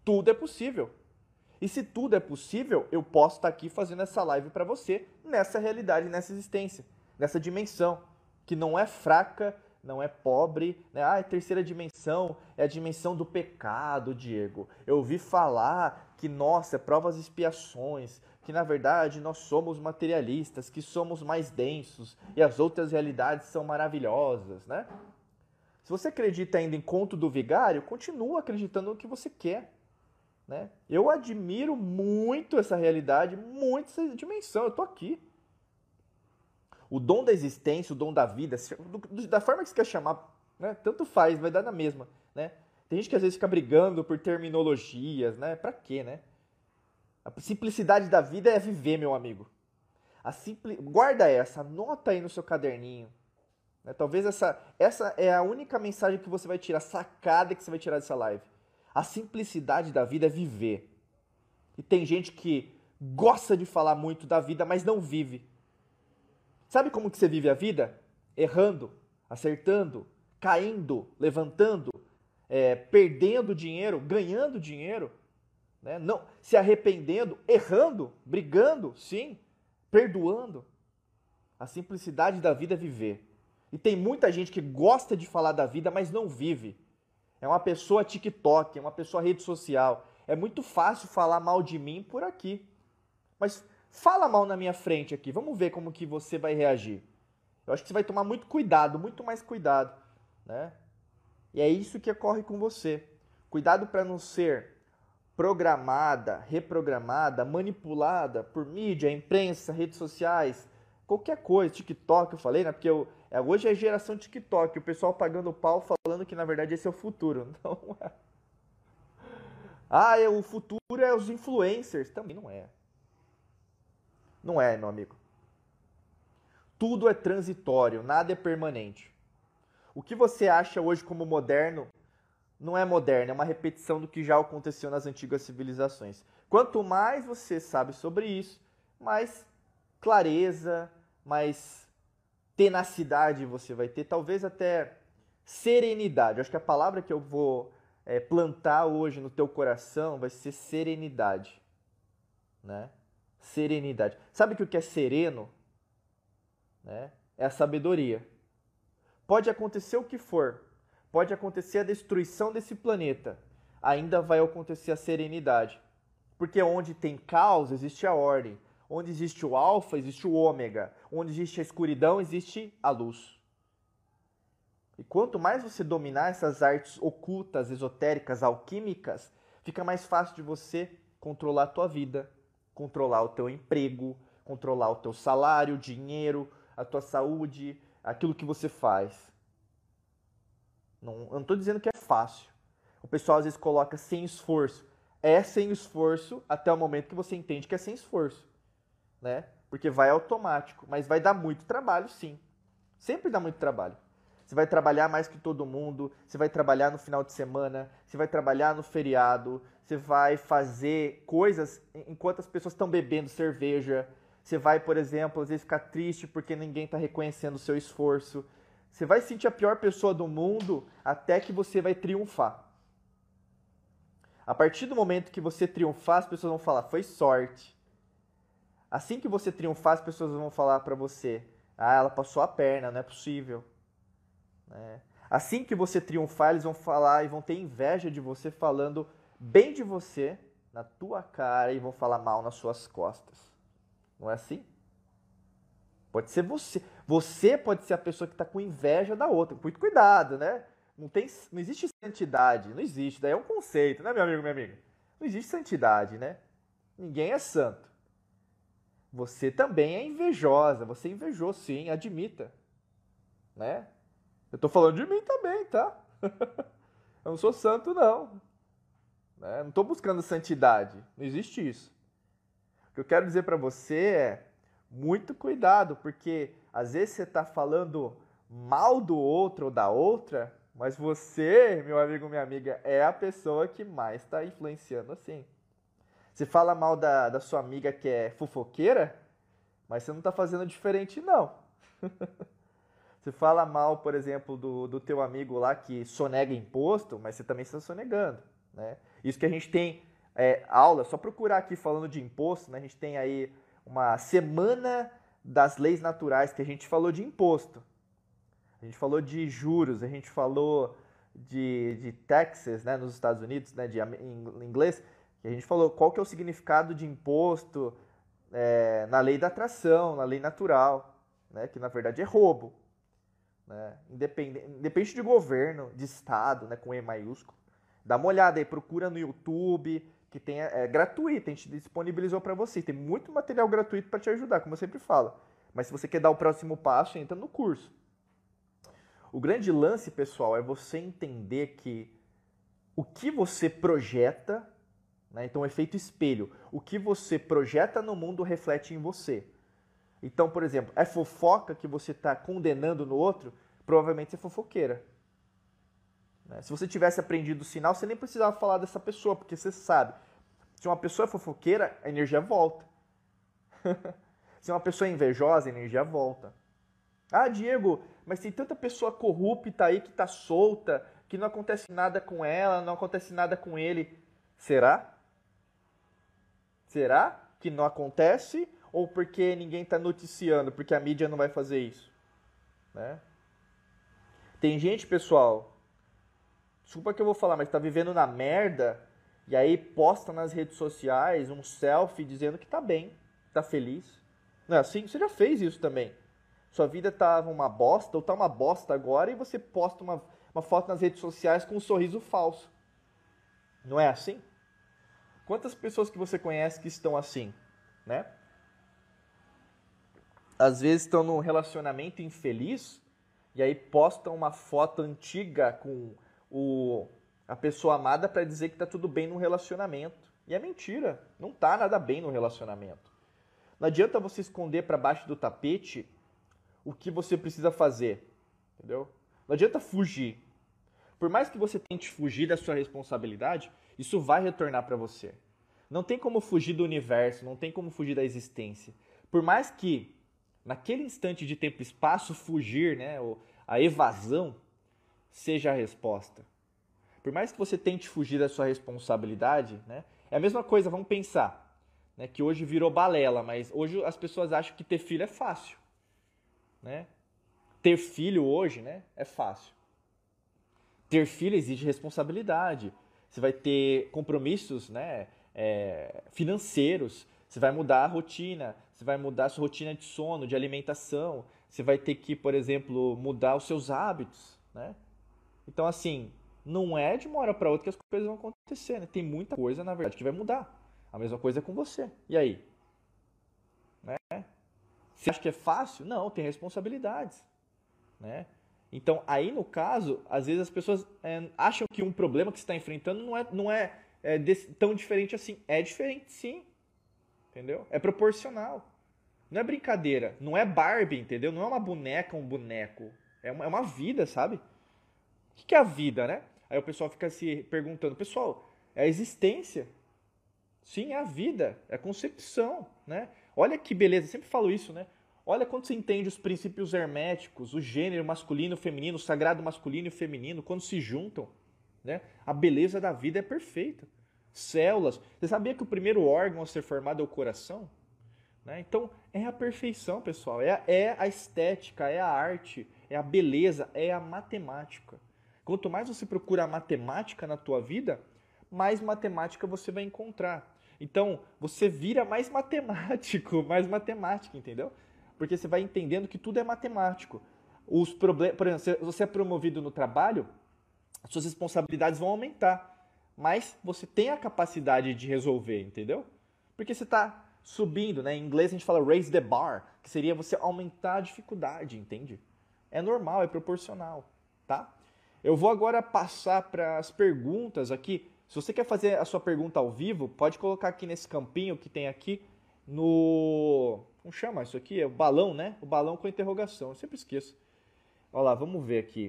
Tudo é possível. E se tudo é possível, eu posso estar aqui fazendo essa live para você, nessa realidade, nessa existência, nessa dimensão, que não é fraca, não é pobre, né? Ah, a terceira dimensão é a dimensão do pecado, Diego. Eu ouvi falar que, nossa, é provas e expiações, que na verdade nós somos materialistas, que somos mais densos e as outras realidades são maravilhosas, né? Se você acredita ainda em conto do vigário, continua acreditando no que você quer, né? Eu admiro muito essa realidade, muito essa dimensão, eu tô aqui. O dom da existência, o dom da vida, da forma que você quer chamar, né? Tanto faz, vai dar na mesma, né? Tem gente que às vezes fica brigando por terminologias, né? Pra quê, né? A simplicidade da vida é viver, meu amigo. A simpli... Guarda essa, anota aí no seu caderninho. Né? Talvez essa, essa é a única mensagem que você vai tirar, a sacada que você vai tirar dessa live. A simplicidade da vida é viver. E tem gente que gosta de falar muito da vida, mas não vive. Sabe como que você vive a vida? Errando, acertando, caindo, levantando, é, perdendo dinheiro, ganhando dinheiro. Né? Não, se arrependendo, errando, brigando, sim, perdoando. A simplicidade da vida é viver. E tem muita gente que gosta de falar da vida, mas não vive. É uma pessoa TikTok, é uma pessoa rede social. É muito fácil falar mal de mim por aqui. Mas fala mal na minha frente aqui, vamos ver como que você vai reagir. Eu acho que você vai tomar muito cuidado, muito mais cuidado. Né? E é isso que ocorre com você. Cuidado para não ser programada, reprogramada, manipulada por mídia, imprensa, redes sociais, qualquer coisa, TikTok, eu falei, né? Porque eu, é, hoje é a geração TikTok, o pessoal pagando pau falando que na verdade esse é o futuro. Não é. Ah, é, o futuro é os influencers. Também não é. Não é, meu amigo. Tudo é transitório, nada é permanente. O que você acha hoje como moderno não é moderno, é uma repetição do que já aconteceu nas antigas civilizações. Quanto mais você sabe sobre isso, mais clareza, mais tenacidade você vai ter, talvez até serenidade. Eu acho que a palavra que eu vou é, plantar hoje no teu coração vai ser serenidade. Né? Serenidade. Sabe o que é sereno? Né? É a sabedoria. Pode acontecer o que for. Pode acontecer a destruição desse planeta. Ainda vai acontecer a serenidade. Porque onde tem caos, existe a ordem. Onde existe o alfa, existe o ômega. Onde existe a escuridão, existe a luz. E quanto mais você dominar essas artes ocultas, esotéricas, alquímicas, fica mais fácil de você controlar a tua vida, controlar o teu emprego, controlar o teu salário, dinheiro, a tua saúde, aquilo que você faz. Não, eu não estou dizendo que é fácil. O pessoal às vezes coloca sem esforço. É sem esforço até o momento que você entende que é sem esforço. Né? Porque vai automático. Mas vai dar muito trabalho, sim. Sempre dá muito trabalho. Você vai trabalhar mais que todo mundo. Você vai trabalhar no final de semana. Você vai trabalhar no feriado. Você vai fazer coisas enquanto as pessoas estão bebendo cerveja. Você vai, por exemplo, às vezes ficar triste porque ninguém está reconhecendo o seu esforço. Você vai se sentir a pior pessoa do mundo até que você vai triunfar. A partir do momento que você triunfar, as pessoas vão falar, foi sorte. Assim que você triunfar, as pessoas vão falar para você, ah, ela passou a perna, não é possível. É. Assim que você triunfar, eles vão falar e vão ter inveja de você, falando bem de você na tua cara e vão falar mal nas suas costas. Não é assim? Pode ser você. Você pode ser a pessoa que está com inveja da outra. Muito cuidado, né? Não, tem, não existe santidade. Não existe. Daí é um conceito, né, meu amigo, minha amiga? Não existe santidade, né? Ninguém é santo. Você também é invejosa. Você invejou, sim. Admita. Né? Eu tô falando de mim também, tá? Eu não sou santo, não. Né? Não tô buscando santidade. Não existe isso. O que eu quero dizer para você é muito cuidado, porque às vezes você está falando mal do outro ou da outra, mas você, meu amigo, minha amiga, é a pessoa que mais está influenciando assim. Você fala mal da, da sua amiga que é fofoqueira, mas você não está fazendo diferente, não. Você fala mal, por exemplo, do, do teu amigo lá que sonega imposto, mas você também está sonegando, né? Isso que a gente tem é, aula, só procurar aqui falando de imposto, né? A gente tem aí uma semana das leis naturais que a gente falou de imposto. A gente falou de juros, a gente falou de, de taxes, né, nos Estados Unidos, né, de, em inglês, que a gente falou qual que é o significado de imposto é, na lei da atração, na lei natural, né, que na verdade é roubo. Né, independente, independente de governo, de estado, né, com E maiúsculo. Dá uma olhada aí, procura no YouTube, que tem, é gratuito, a gente disponibilizou para você. Tem muito material gratuito para te ajudar, como eu sempre falo. Mas se você quer dar o próximo passo, entra no curso. O grande lance, pessoal, é você entender que o que você projeta, né, então o efeito espelho, o que você projeta no mundo reflete em você. Então, por exemplo, é fofoca que você está condenando no outro, provavelmente você é fofoqueira. Né? Se você tivesse aprendido o sinal, você nem precisava falar dessa pessoa, porque você sabe. Se uma pessoa é fofoqueira, a energia volta. Se uma pessoa é invejosa, a energia volta. Ah, Diego, mas tem tanta pessoa corrupta aí que está solta, que não acontece nada com ela, não acontece nada com ele. Será? Será que não acontece? Ou porque ninguém está noticiando, porque a mídia não vai fazer isso? Né? Tem gente, pessoal, desculpa que eu vou falar, mas está vivendo na merda, e aí posta nas redes sociais um selfie dizendo que está bem, está feliz. Não é assim? Você já fez isso também. Sua vida estava uma bosta, ou está uma bosta agora, e você posta uma, uma foto nas redes sociais com um sorriso falso. Não é assim? Quantas pessoas que você conhece que estão assim, né? Às vezes estão num relacionamento infeliz, e aí postam uma foto antiga com o, a pessoa amada para dizer que está tudo bem no relacionamento. E é mentira, não está nada bem no relacionamento. Não adianta você esconder para baixo do tapete o que você precisa fazer, entendeu? Não adianta fugir. Por mais que você tente fugir da sua responsabilidade, isso vai retornar para você. Não tem como fugir do universo, não tem como fugir da existência. Por mais que, naquele instante de tempo e espaço, fugir, né, a evasão, seja a resposta. Por mais que você tente fugir da sua responsabilidade, né, é a mesma coisa, vamos pensar, né, que hoje virou balela, mas hoje as pessoas acham que ter filho é fácil. Né? Ter filho hoje, né, é fácil. Ter filho exige responsabilidade. Você vai ter compromissos, né, é, financeiros. Você vai mudar a rotina. Você vai mudar a sua rotina de sono, de alimentação. Você vai ter que, por exemplo, mudar os seus hábitos. Né? Então, assim, não é de uma hora para outra que as coisas vão acontecer. Né? Tem muita coisa, na verdade, que vai mudar. A mesma coisa é com você. E aí? Né? Você acha que é fácil? Não, tem responsabilidades. Né? Então, aí no caso, às vezes as pessoas é, acham que um problema que você está enfrentando não é, não é, é desse, tão diferente assim. É diferente sim. Entendeu? É proporcional. Não é brincadeira. Não é Barbie, entendeu? Não é uma boneca, um boneco. É uma, é uma vida, sabe? O que é a vida, né? Aí o pessoal fica se perguntando, pessoal, é a existência. Sim, é a vida. É a concepção, né? Olha que beleza, eu sempre falo isso, né? Olha quando você entende os princípios herméticos, o gênero masculino e feminino, o sagrado masculino e feminino, quando se juntam, né? A beleza da vida é perfeita. Células. Você sabia que o primeiro órgão a ser formado é o coração? Né? Então, é a perfeição, pessoal. É a, é a estética, é a arte, é a beleza, é a matemática. Quanto mais você procura a matemática na tua vida, mais matemática você vai encontrar. Então, você vira mais matemático, mais matemática, entendeu? Porque você vai entendendo que tudo é matemático. Os problemas, por exemplo, se você é promovido no trabalho, as suas responsabilidades vão aumentar. Mas você tem a capacidade de resolver, entendeu? Porque você está subindo, né? Em inglês a gente fala raise the bar, que seria você aumentar a dificuldade, entende? É normal, é proporcional, tá? Eu vou agora passar para as perguntas aqui. Se você quer fazer a sua pergunta ao vivo, pode colocar aqui nesse campinho que tem aqui no... Como chama isso aqui? É o balão, né? O balão com interrogação. Eu sempre esqueço. Olha lá, vamos ver aqui.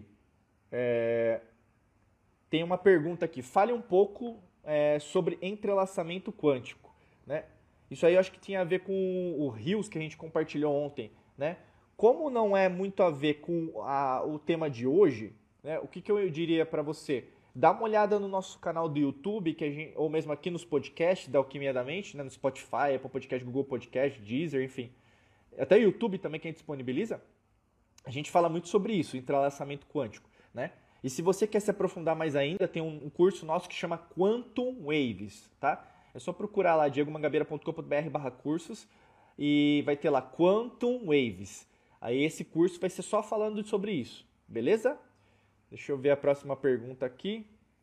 É... Tem uma pergunta aqui. Fale um pouco é, sobre entrelaçamento quântico, né? Isso aí eu acho que tinha a ver com o Rios que a gente compartilhou ontem, né? Como não é muito a ver com a, o tema de hoje, né? O que, que eu diria para você? Dá uma olhada no nosso canal do YouTube, que a gente, ou mesmo aqui nos podcasts da Alquimia da Mente, né, no Spotify, Apple Podcast, Google Podcast, Deezer, enfim. Até o YouTube também que a gente disponibiliza. A gente fala muito sobre isso, entrelaçamento quântico, né? E se você quer se aprofundar mais ainda, tem um curso nosso que chama Quantum Waves, tá? É só procurar lá diego mangabeira ponto com ponto b r barra cursos e vai ter lá Quantum Waves. Aí esse curso vai ser só falando sobre isso, beleza? Deixa eu ver a próxima pergunta aqui.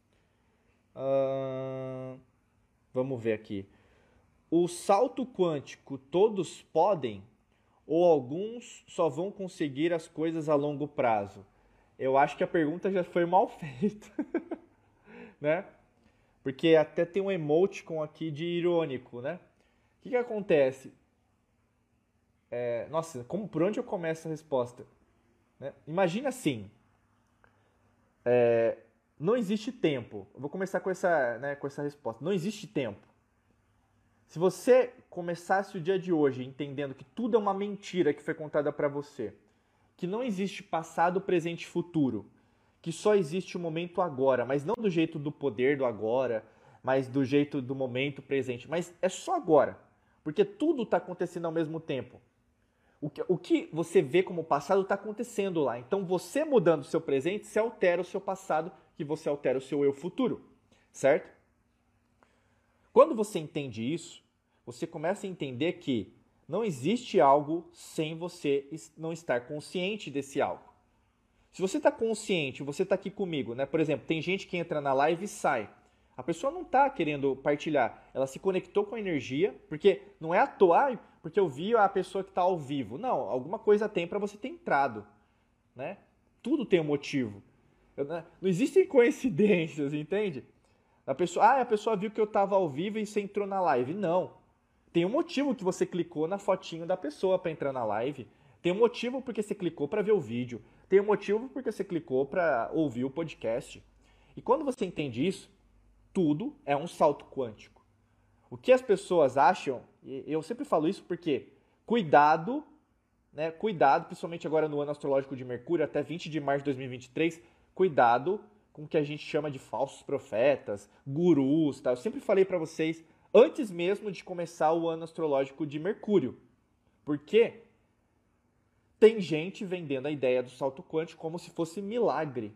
Uh, vamos ver aqui. O salto quântico todos podem ou alguns só vão conseguir as coisas a longo prazo? Eu acho que a pergunta já foi mal feita, né? Porque até tem um emoticon aqui de irônico, né? O que, que acontece? É, nossa, como, por onde eu começo a resposta? Né? Imagina assim, é, não existe tempo. Eu vou começar com essa, né, com essa resposta. Não existe tempo. Se você começasse o dia de hoje entendendo que tudo é uma mentira que foi contada para você, que não existe passado, presente e futuro, que só existe o momento agora, mas não do jeito do poder do agora, mas do jeito do momento presente, mas é só agora, porque tudo está acontecendo ao mesmo tempo. O que, o que você vê como passado está acontecendo lá, então você mudando o seu presente, você altera o seu passado, que você altera o seu eu futuro, certo? Quando você entende isso, você começa a entender que não existe algo sem você não estar consciente desse algo. Se você está consciente, você está aqui comigo, né? Por exemplo, tem gente que entra na live e sai. A pessoa não está querendo partilhar, ela se conectou com a energia, porque não é à toa, porque eu vi a pessoa que está ao vivo. Não, alguma coisa tem para você ter entrado, né? Tudo tem um motivo. Eu, né? Não existem coincidências, entende? A pessoa, ah, a pessoa viu que eu estava ao vivo e você entrou na live. Não. Tem um motivo que você clicou na fotinho da pessoa para entrar na live. Tem um motivo porque você clicou para ver o vídeo. Tem um motivo porque você clicou para ouvir o podcast. E quando você entende isso, tudo é um salto quântico. O que as pessoas acham, e eu sempre falo isso porque cuidado, né, cuidado, principalmente agora no ano astrológico de Mercúrio, até vinte de março de dois mil e vinte e três, cuidado com o que a gente chama de falsos profetas, gurus, tá? Eu sempre falei para vocês, antes mesmo de começar o ano astrológico de Mercúrio. Porque tem gente vendendo a ideia do salto quântico como se fosse milagre.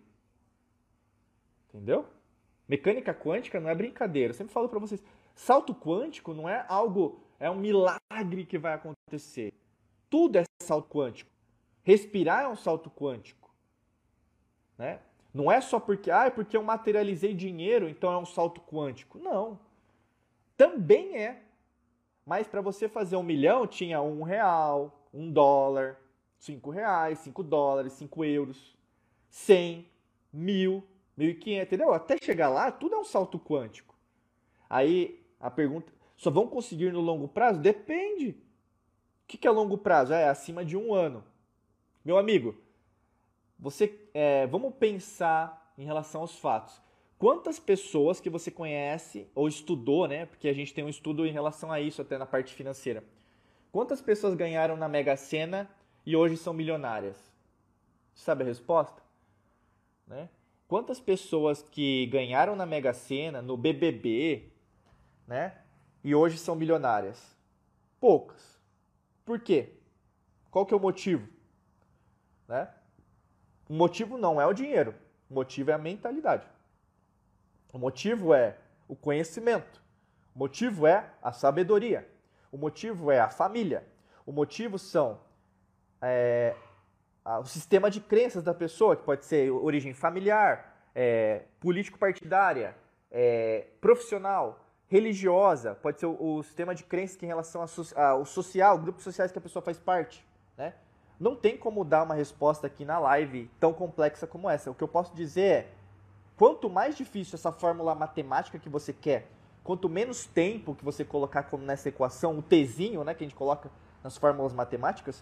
Entendeu? Mecânica quântica não é brincadeira. Eu sempre falo para vocês, salto quântico não é algo, é um milagre que vai acontecer. Tudo é salto quântico. Respirar é um salto quântico. Né? Não é só porque, ah, é porque eu materializei dinheiro, então é um salto quântico. Não. Também é. Mas para você fazer um milhão, tinha um real, um dólar, cinco reais, cinco dólares, cinco euros, cem, mil, mil e quinhentos, entendeu? Até chegar lá, tudo é um salto quântico. Aí a pergunta, só vão conseguir no longo prazo? Depende. O que é longo prazo? É acima de um ano. Meu amigo, você, é, vamos pensar em relação aos fatos. Quantas pessoas que você conhece ou estudou, né? Porque a gente tem um estudo em relação a isso até na parte financeira. Quantas pessoas ganharam na Mega Sena e hoje são milionárias? Sabe a resposta? Né? Quantas pessoas que ganharam na Mega Sena, no B B B, né? E hoje são milionárias? Poucas. Por quê? Qual que é o motivo? Né? O motivo não é o dinheiro. O motivo é a mentalidade. O motivo é o conhecimento. O motivo é a sabedoria. O motivo é a família. O motivo são é, o sistema de crenças da pessoa, que pode ser origem familiar, é, político-partidária, é, profissional, religiosa, pode ser o, o sistema de crenças que em relação ao social, grupos sociais que a pessoa faz parte. Né? Não tem como dar uma resposta aqui na live tão complexa como essa. O que eu posso dizer é, quanto mais difícil essa fórmula matemática que você quer, quanto menos tempo que você colocar como nessa equação, o Tzinho, né, que a gente coloca nas fórmulas matemáticas,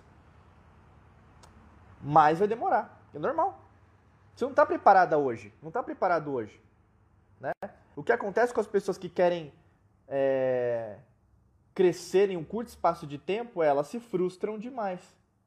mais vai demorar. É normal. Você não está preparada hoje. Não está preparado hoje. Né? O que acontece com as pessoas que querem é, crescer em um curto espaço de tempo é elas se frustram demais.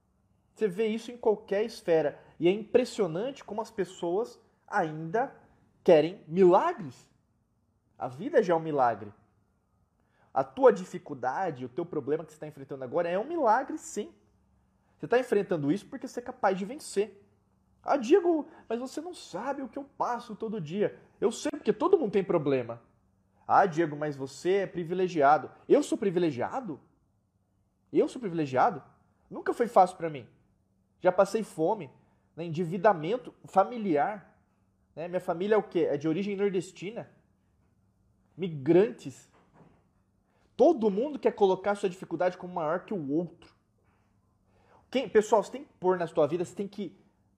Você vê isso em qualquer esfera. E é impressionante como as pessoas ainda querem milagres. A vida já é um milagre. A tua dificuldade, o teu problema que você está enfrentando agora é um milagre, sim. Você está enfrentando isso porque você é capaz de vencer. Ah, Diego, mas você não sabe o que eu passo todo dia. Eu sei, porque todo mundo tem problema. Ah, Diego, mas você é privilegiado. Eu sou privilegiado? Eu sou privilegiado? Nunca foi fácil para mim. Já passei fome, né, endividamento familiar. Né? Minha família é o quê? É de origem nordestina. Migrantes. Todo mundo quer colocar a sua dificuldade como maior que o outro. Quem, pessoal, você tem que pôr na sua vida, você tem que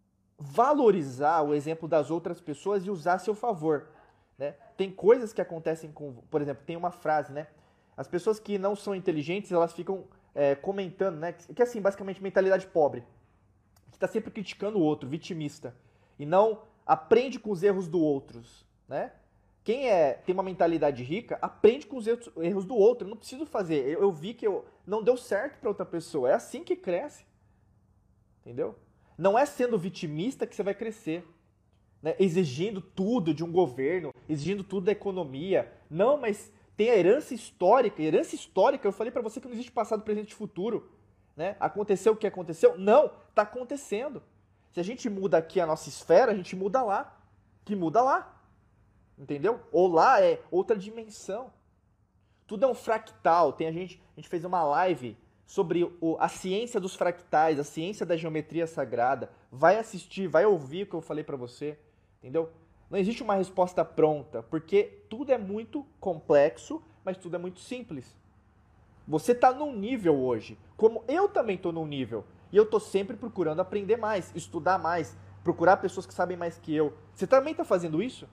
valorizar o exemplo das outras pessoas e usar a seu favor. Né? Tem coisas que acontecem com... Por exemplo, tem uma frase, né? As pessoas que não são inteligentes, elas ficam é, comentando, né? Que assim, basicamente, mentalidade pobre. Que está sempre criticando o outro, vitimista. E não aprende com os erros do outros, né? Quem é, tem uma mentalidade rica, aprende com os erros do outro. Eu não preciso fazer. Eu, eu vi que eu, não deu certo para outra pessoa. É assim que cresce. Entendeu? Não é sendo vitimista que você vai crescer. Né? Exigindo tudo de um governo, exigindo tudo da economia. Não, mas tem a herança histórica. Herança histórica, eu falei para você que não existe passado, presente e futuro. Né? Aconteceu o que aconteceu? Não, está acontecendo. Se a gente muda aqui a nossa esfera, a gente muda lá. Que muda lá. Entendeu? Ou lá é outra dimensão. Tudo é um fractal. Tem a gente, a gente fez uma live sobre o, a ciência dos fractais, a ciência da geometria sagrada. Vai assistir, vai ouvir o que eu falei para você. Entendeu? Não existe uma resposta pronta, porque tudo é muito complexo, mas tudo é muito simples. Você está num nível hoje, como eu também estou num nível. E eu estou sempre procurando aprender mais, estudar mais, procurar pessoas que sabem mais que eu. Você também está fazendo isso?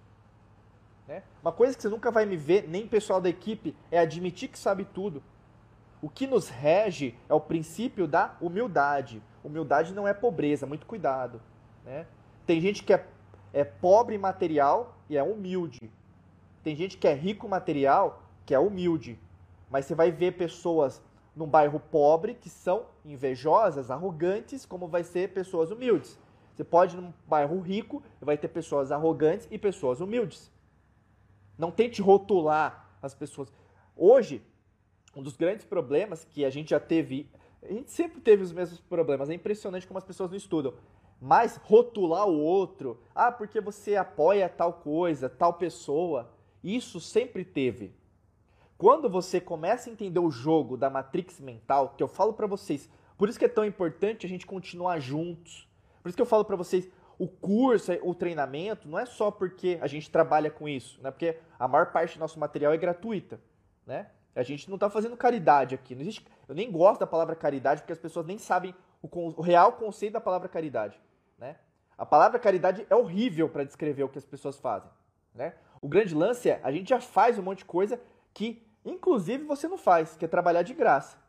Né? Uma coisa que você nunca vai me ver, nem pessoal da equipe, é admitir que sabe tudo. O que nos rege é o princípio da humildade. Humildade não é pobreza, muito cuidado. Né? Tem gente que é, é pobre material e é humilde. Tem gente que é rico material, que é humilde. Mas você vai ver pessoas num bairro pobre que são invejosas, arrogantes, como vai ser pessoas humildes. Você pode ir num bairro rico e vai ter pessoas arrogantes e pessoas humildes. Não tente rotular as pessoas. Hoje, um dos grandes problemas que a gente já teve, a gente sempre teve os mesmos problemas, é impressionante como as pessoas não estudam, mas rotular o outro, ah, porque você apoia tal coisa, tal pessoa, isso sempre teve. Quando você começa a entender o jogo da Matrix mental, que eu falo pra vocês, por isso que é tão importante a gente continuar juntos, por isso que eu falo pra vocês, o curso, o treinamento, não é só porque a gente trabalha com isso, né? Porque a maior parte do nosso material é gratuita, né? A gente não está fazendo caridade aqui. Não existe, eu nem gosto da palavra caridade porque as pessoas nem sabem o, o real conceito da palavra caridade, né? A palavra caridade é horrível para descrever o que as pessoas fazem, né? O grande lance é, a gente já faz um monte de coisa que, inclusive, você não faz, que é trabalhar de graça.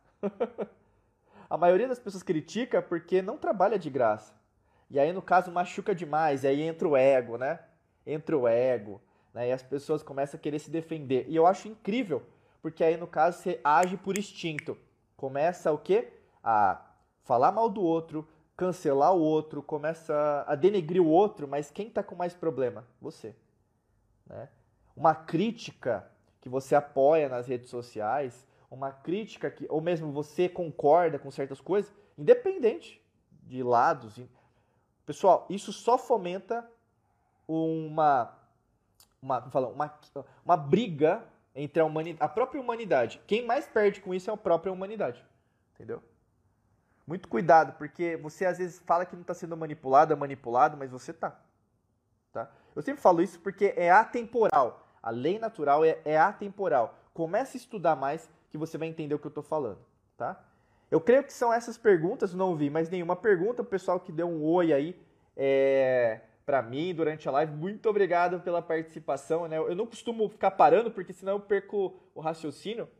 A maioria das pessoas critica porque não trabalha de graça. E aí, no caso, machuca demais, e aí entra o ego, né? Entra o ego, né? E as pessoas começam a querer se defender. E eu acho incrível, porque aí, no caso, você age por instinto. Começa o quê? A falar mal do outro, cancelar o outro, começa a denegrir o outro, mas quem tá com mais problema? Você. Né? Uma crítica que você apoia nas redes sociais, uma crítica que, ou mesmo você concorda com certas coisas, independente de lados. Pessoal, isso só fomenta uma, uma, uma, uma briga entre a, humanidade, a própria humanidade. Quem mais perde com isso é a própria humanidade. Entendeu? Muito cuidado, porque você às vezes fala que não está sendo manipulado, é manipulado, mas você está. Tá? Eu sempre falo isso porque é atemporal. A lei natural é, é atemporal. Comece a estudar mais que você vai entender o que eu estou falando. Tá? Eu creio que são essas perguntas, não vi mais nenhuma pergunta. O pessoal que deu um oi aí é, para mim durante a live, muito obrigado pela participação. Né? Eu não costumo ficar parando, porque senão eu perco o raciocínio.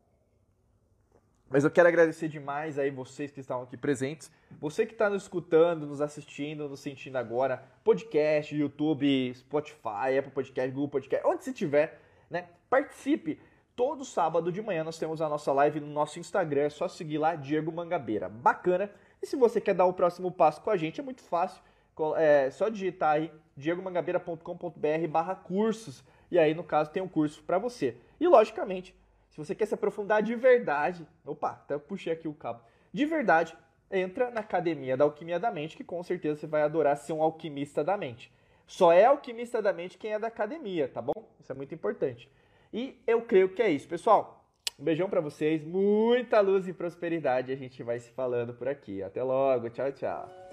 Mas eu quero agradecer demais aí vocês que estão aqui presentes. Você que está nos escutando, nos assistindo, nos sentindo agora. Podcast, YouTube, Spotify, Apple Podcast, Google Podcast, onde você estiver, né? Participe. Todo sábado de manhã nós temos a nossa live no nosso Instagram. É só seguir lá, Diego Mangabeira. Bacana. E se você quer dar o próximo passo com a gente, é muito fácil. É só digitar aí diego mangabeira ponto com ponto br barra cursos. E aí, no caso, tem um curso para você. E, logicamente, se você quer se aprofundar de verdade... Opa, até puxei aqui o cabo. De verdade, entra na Academia da Alquimia da Mente, que com certeza você vai adorar ser um alquimista da mente. Só é alquimista da mente quem é da academia, tá bom? Isso é muito importante. E eu creio que é isso, pessoal. Um beijão pra vocês, muita luz e prosperidade. A gente vai se falando por aqui. Até logo, tchau, tchau.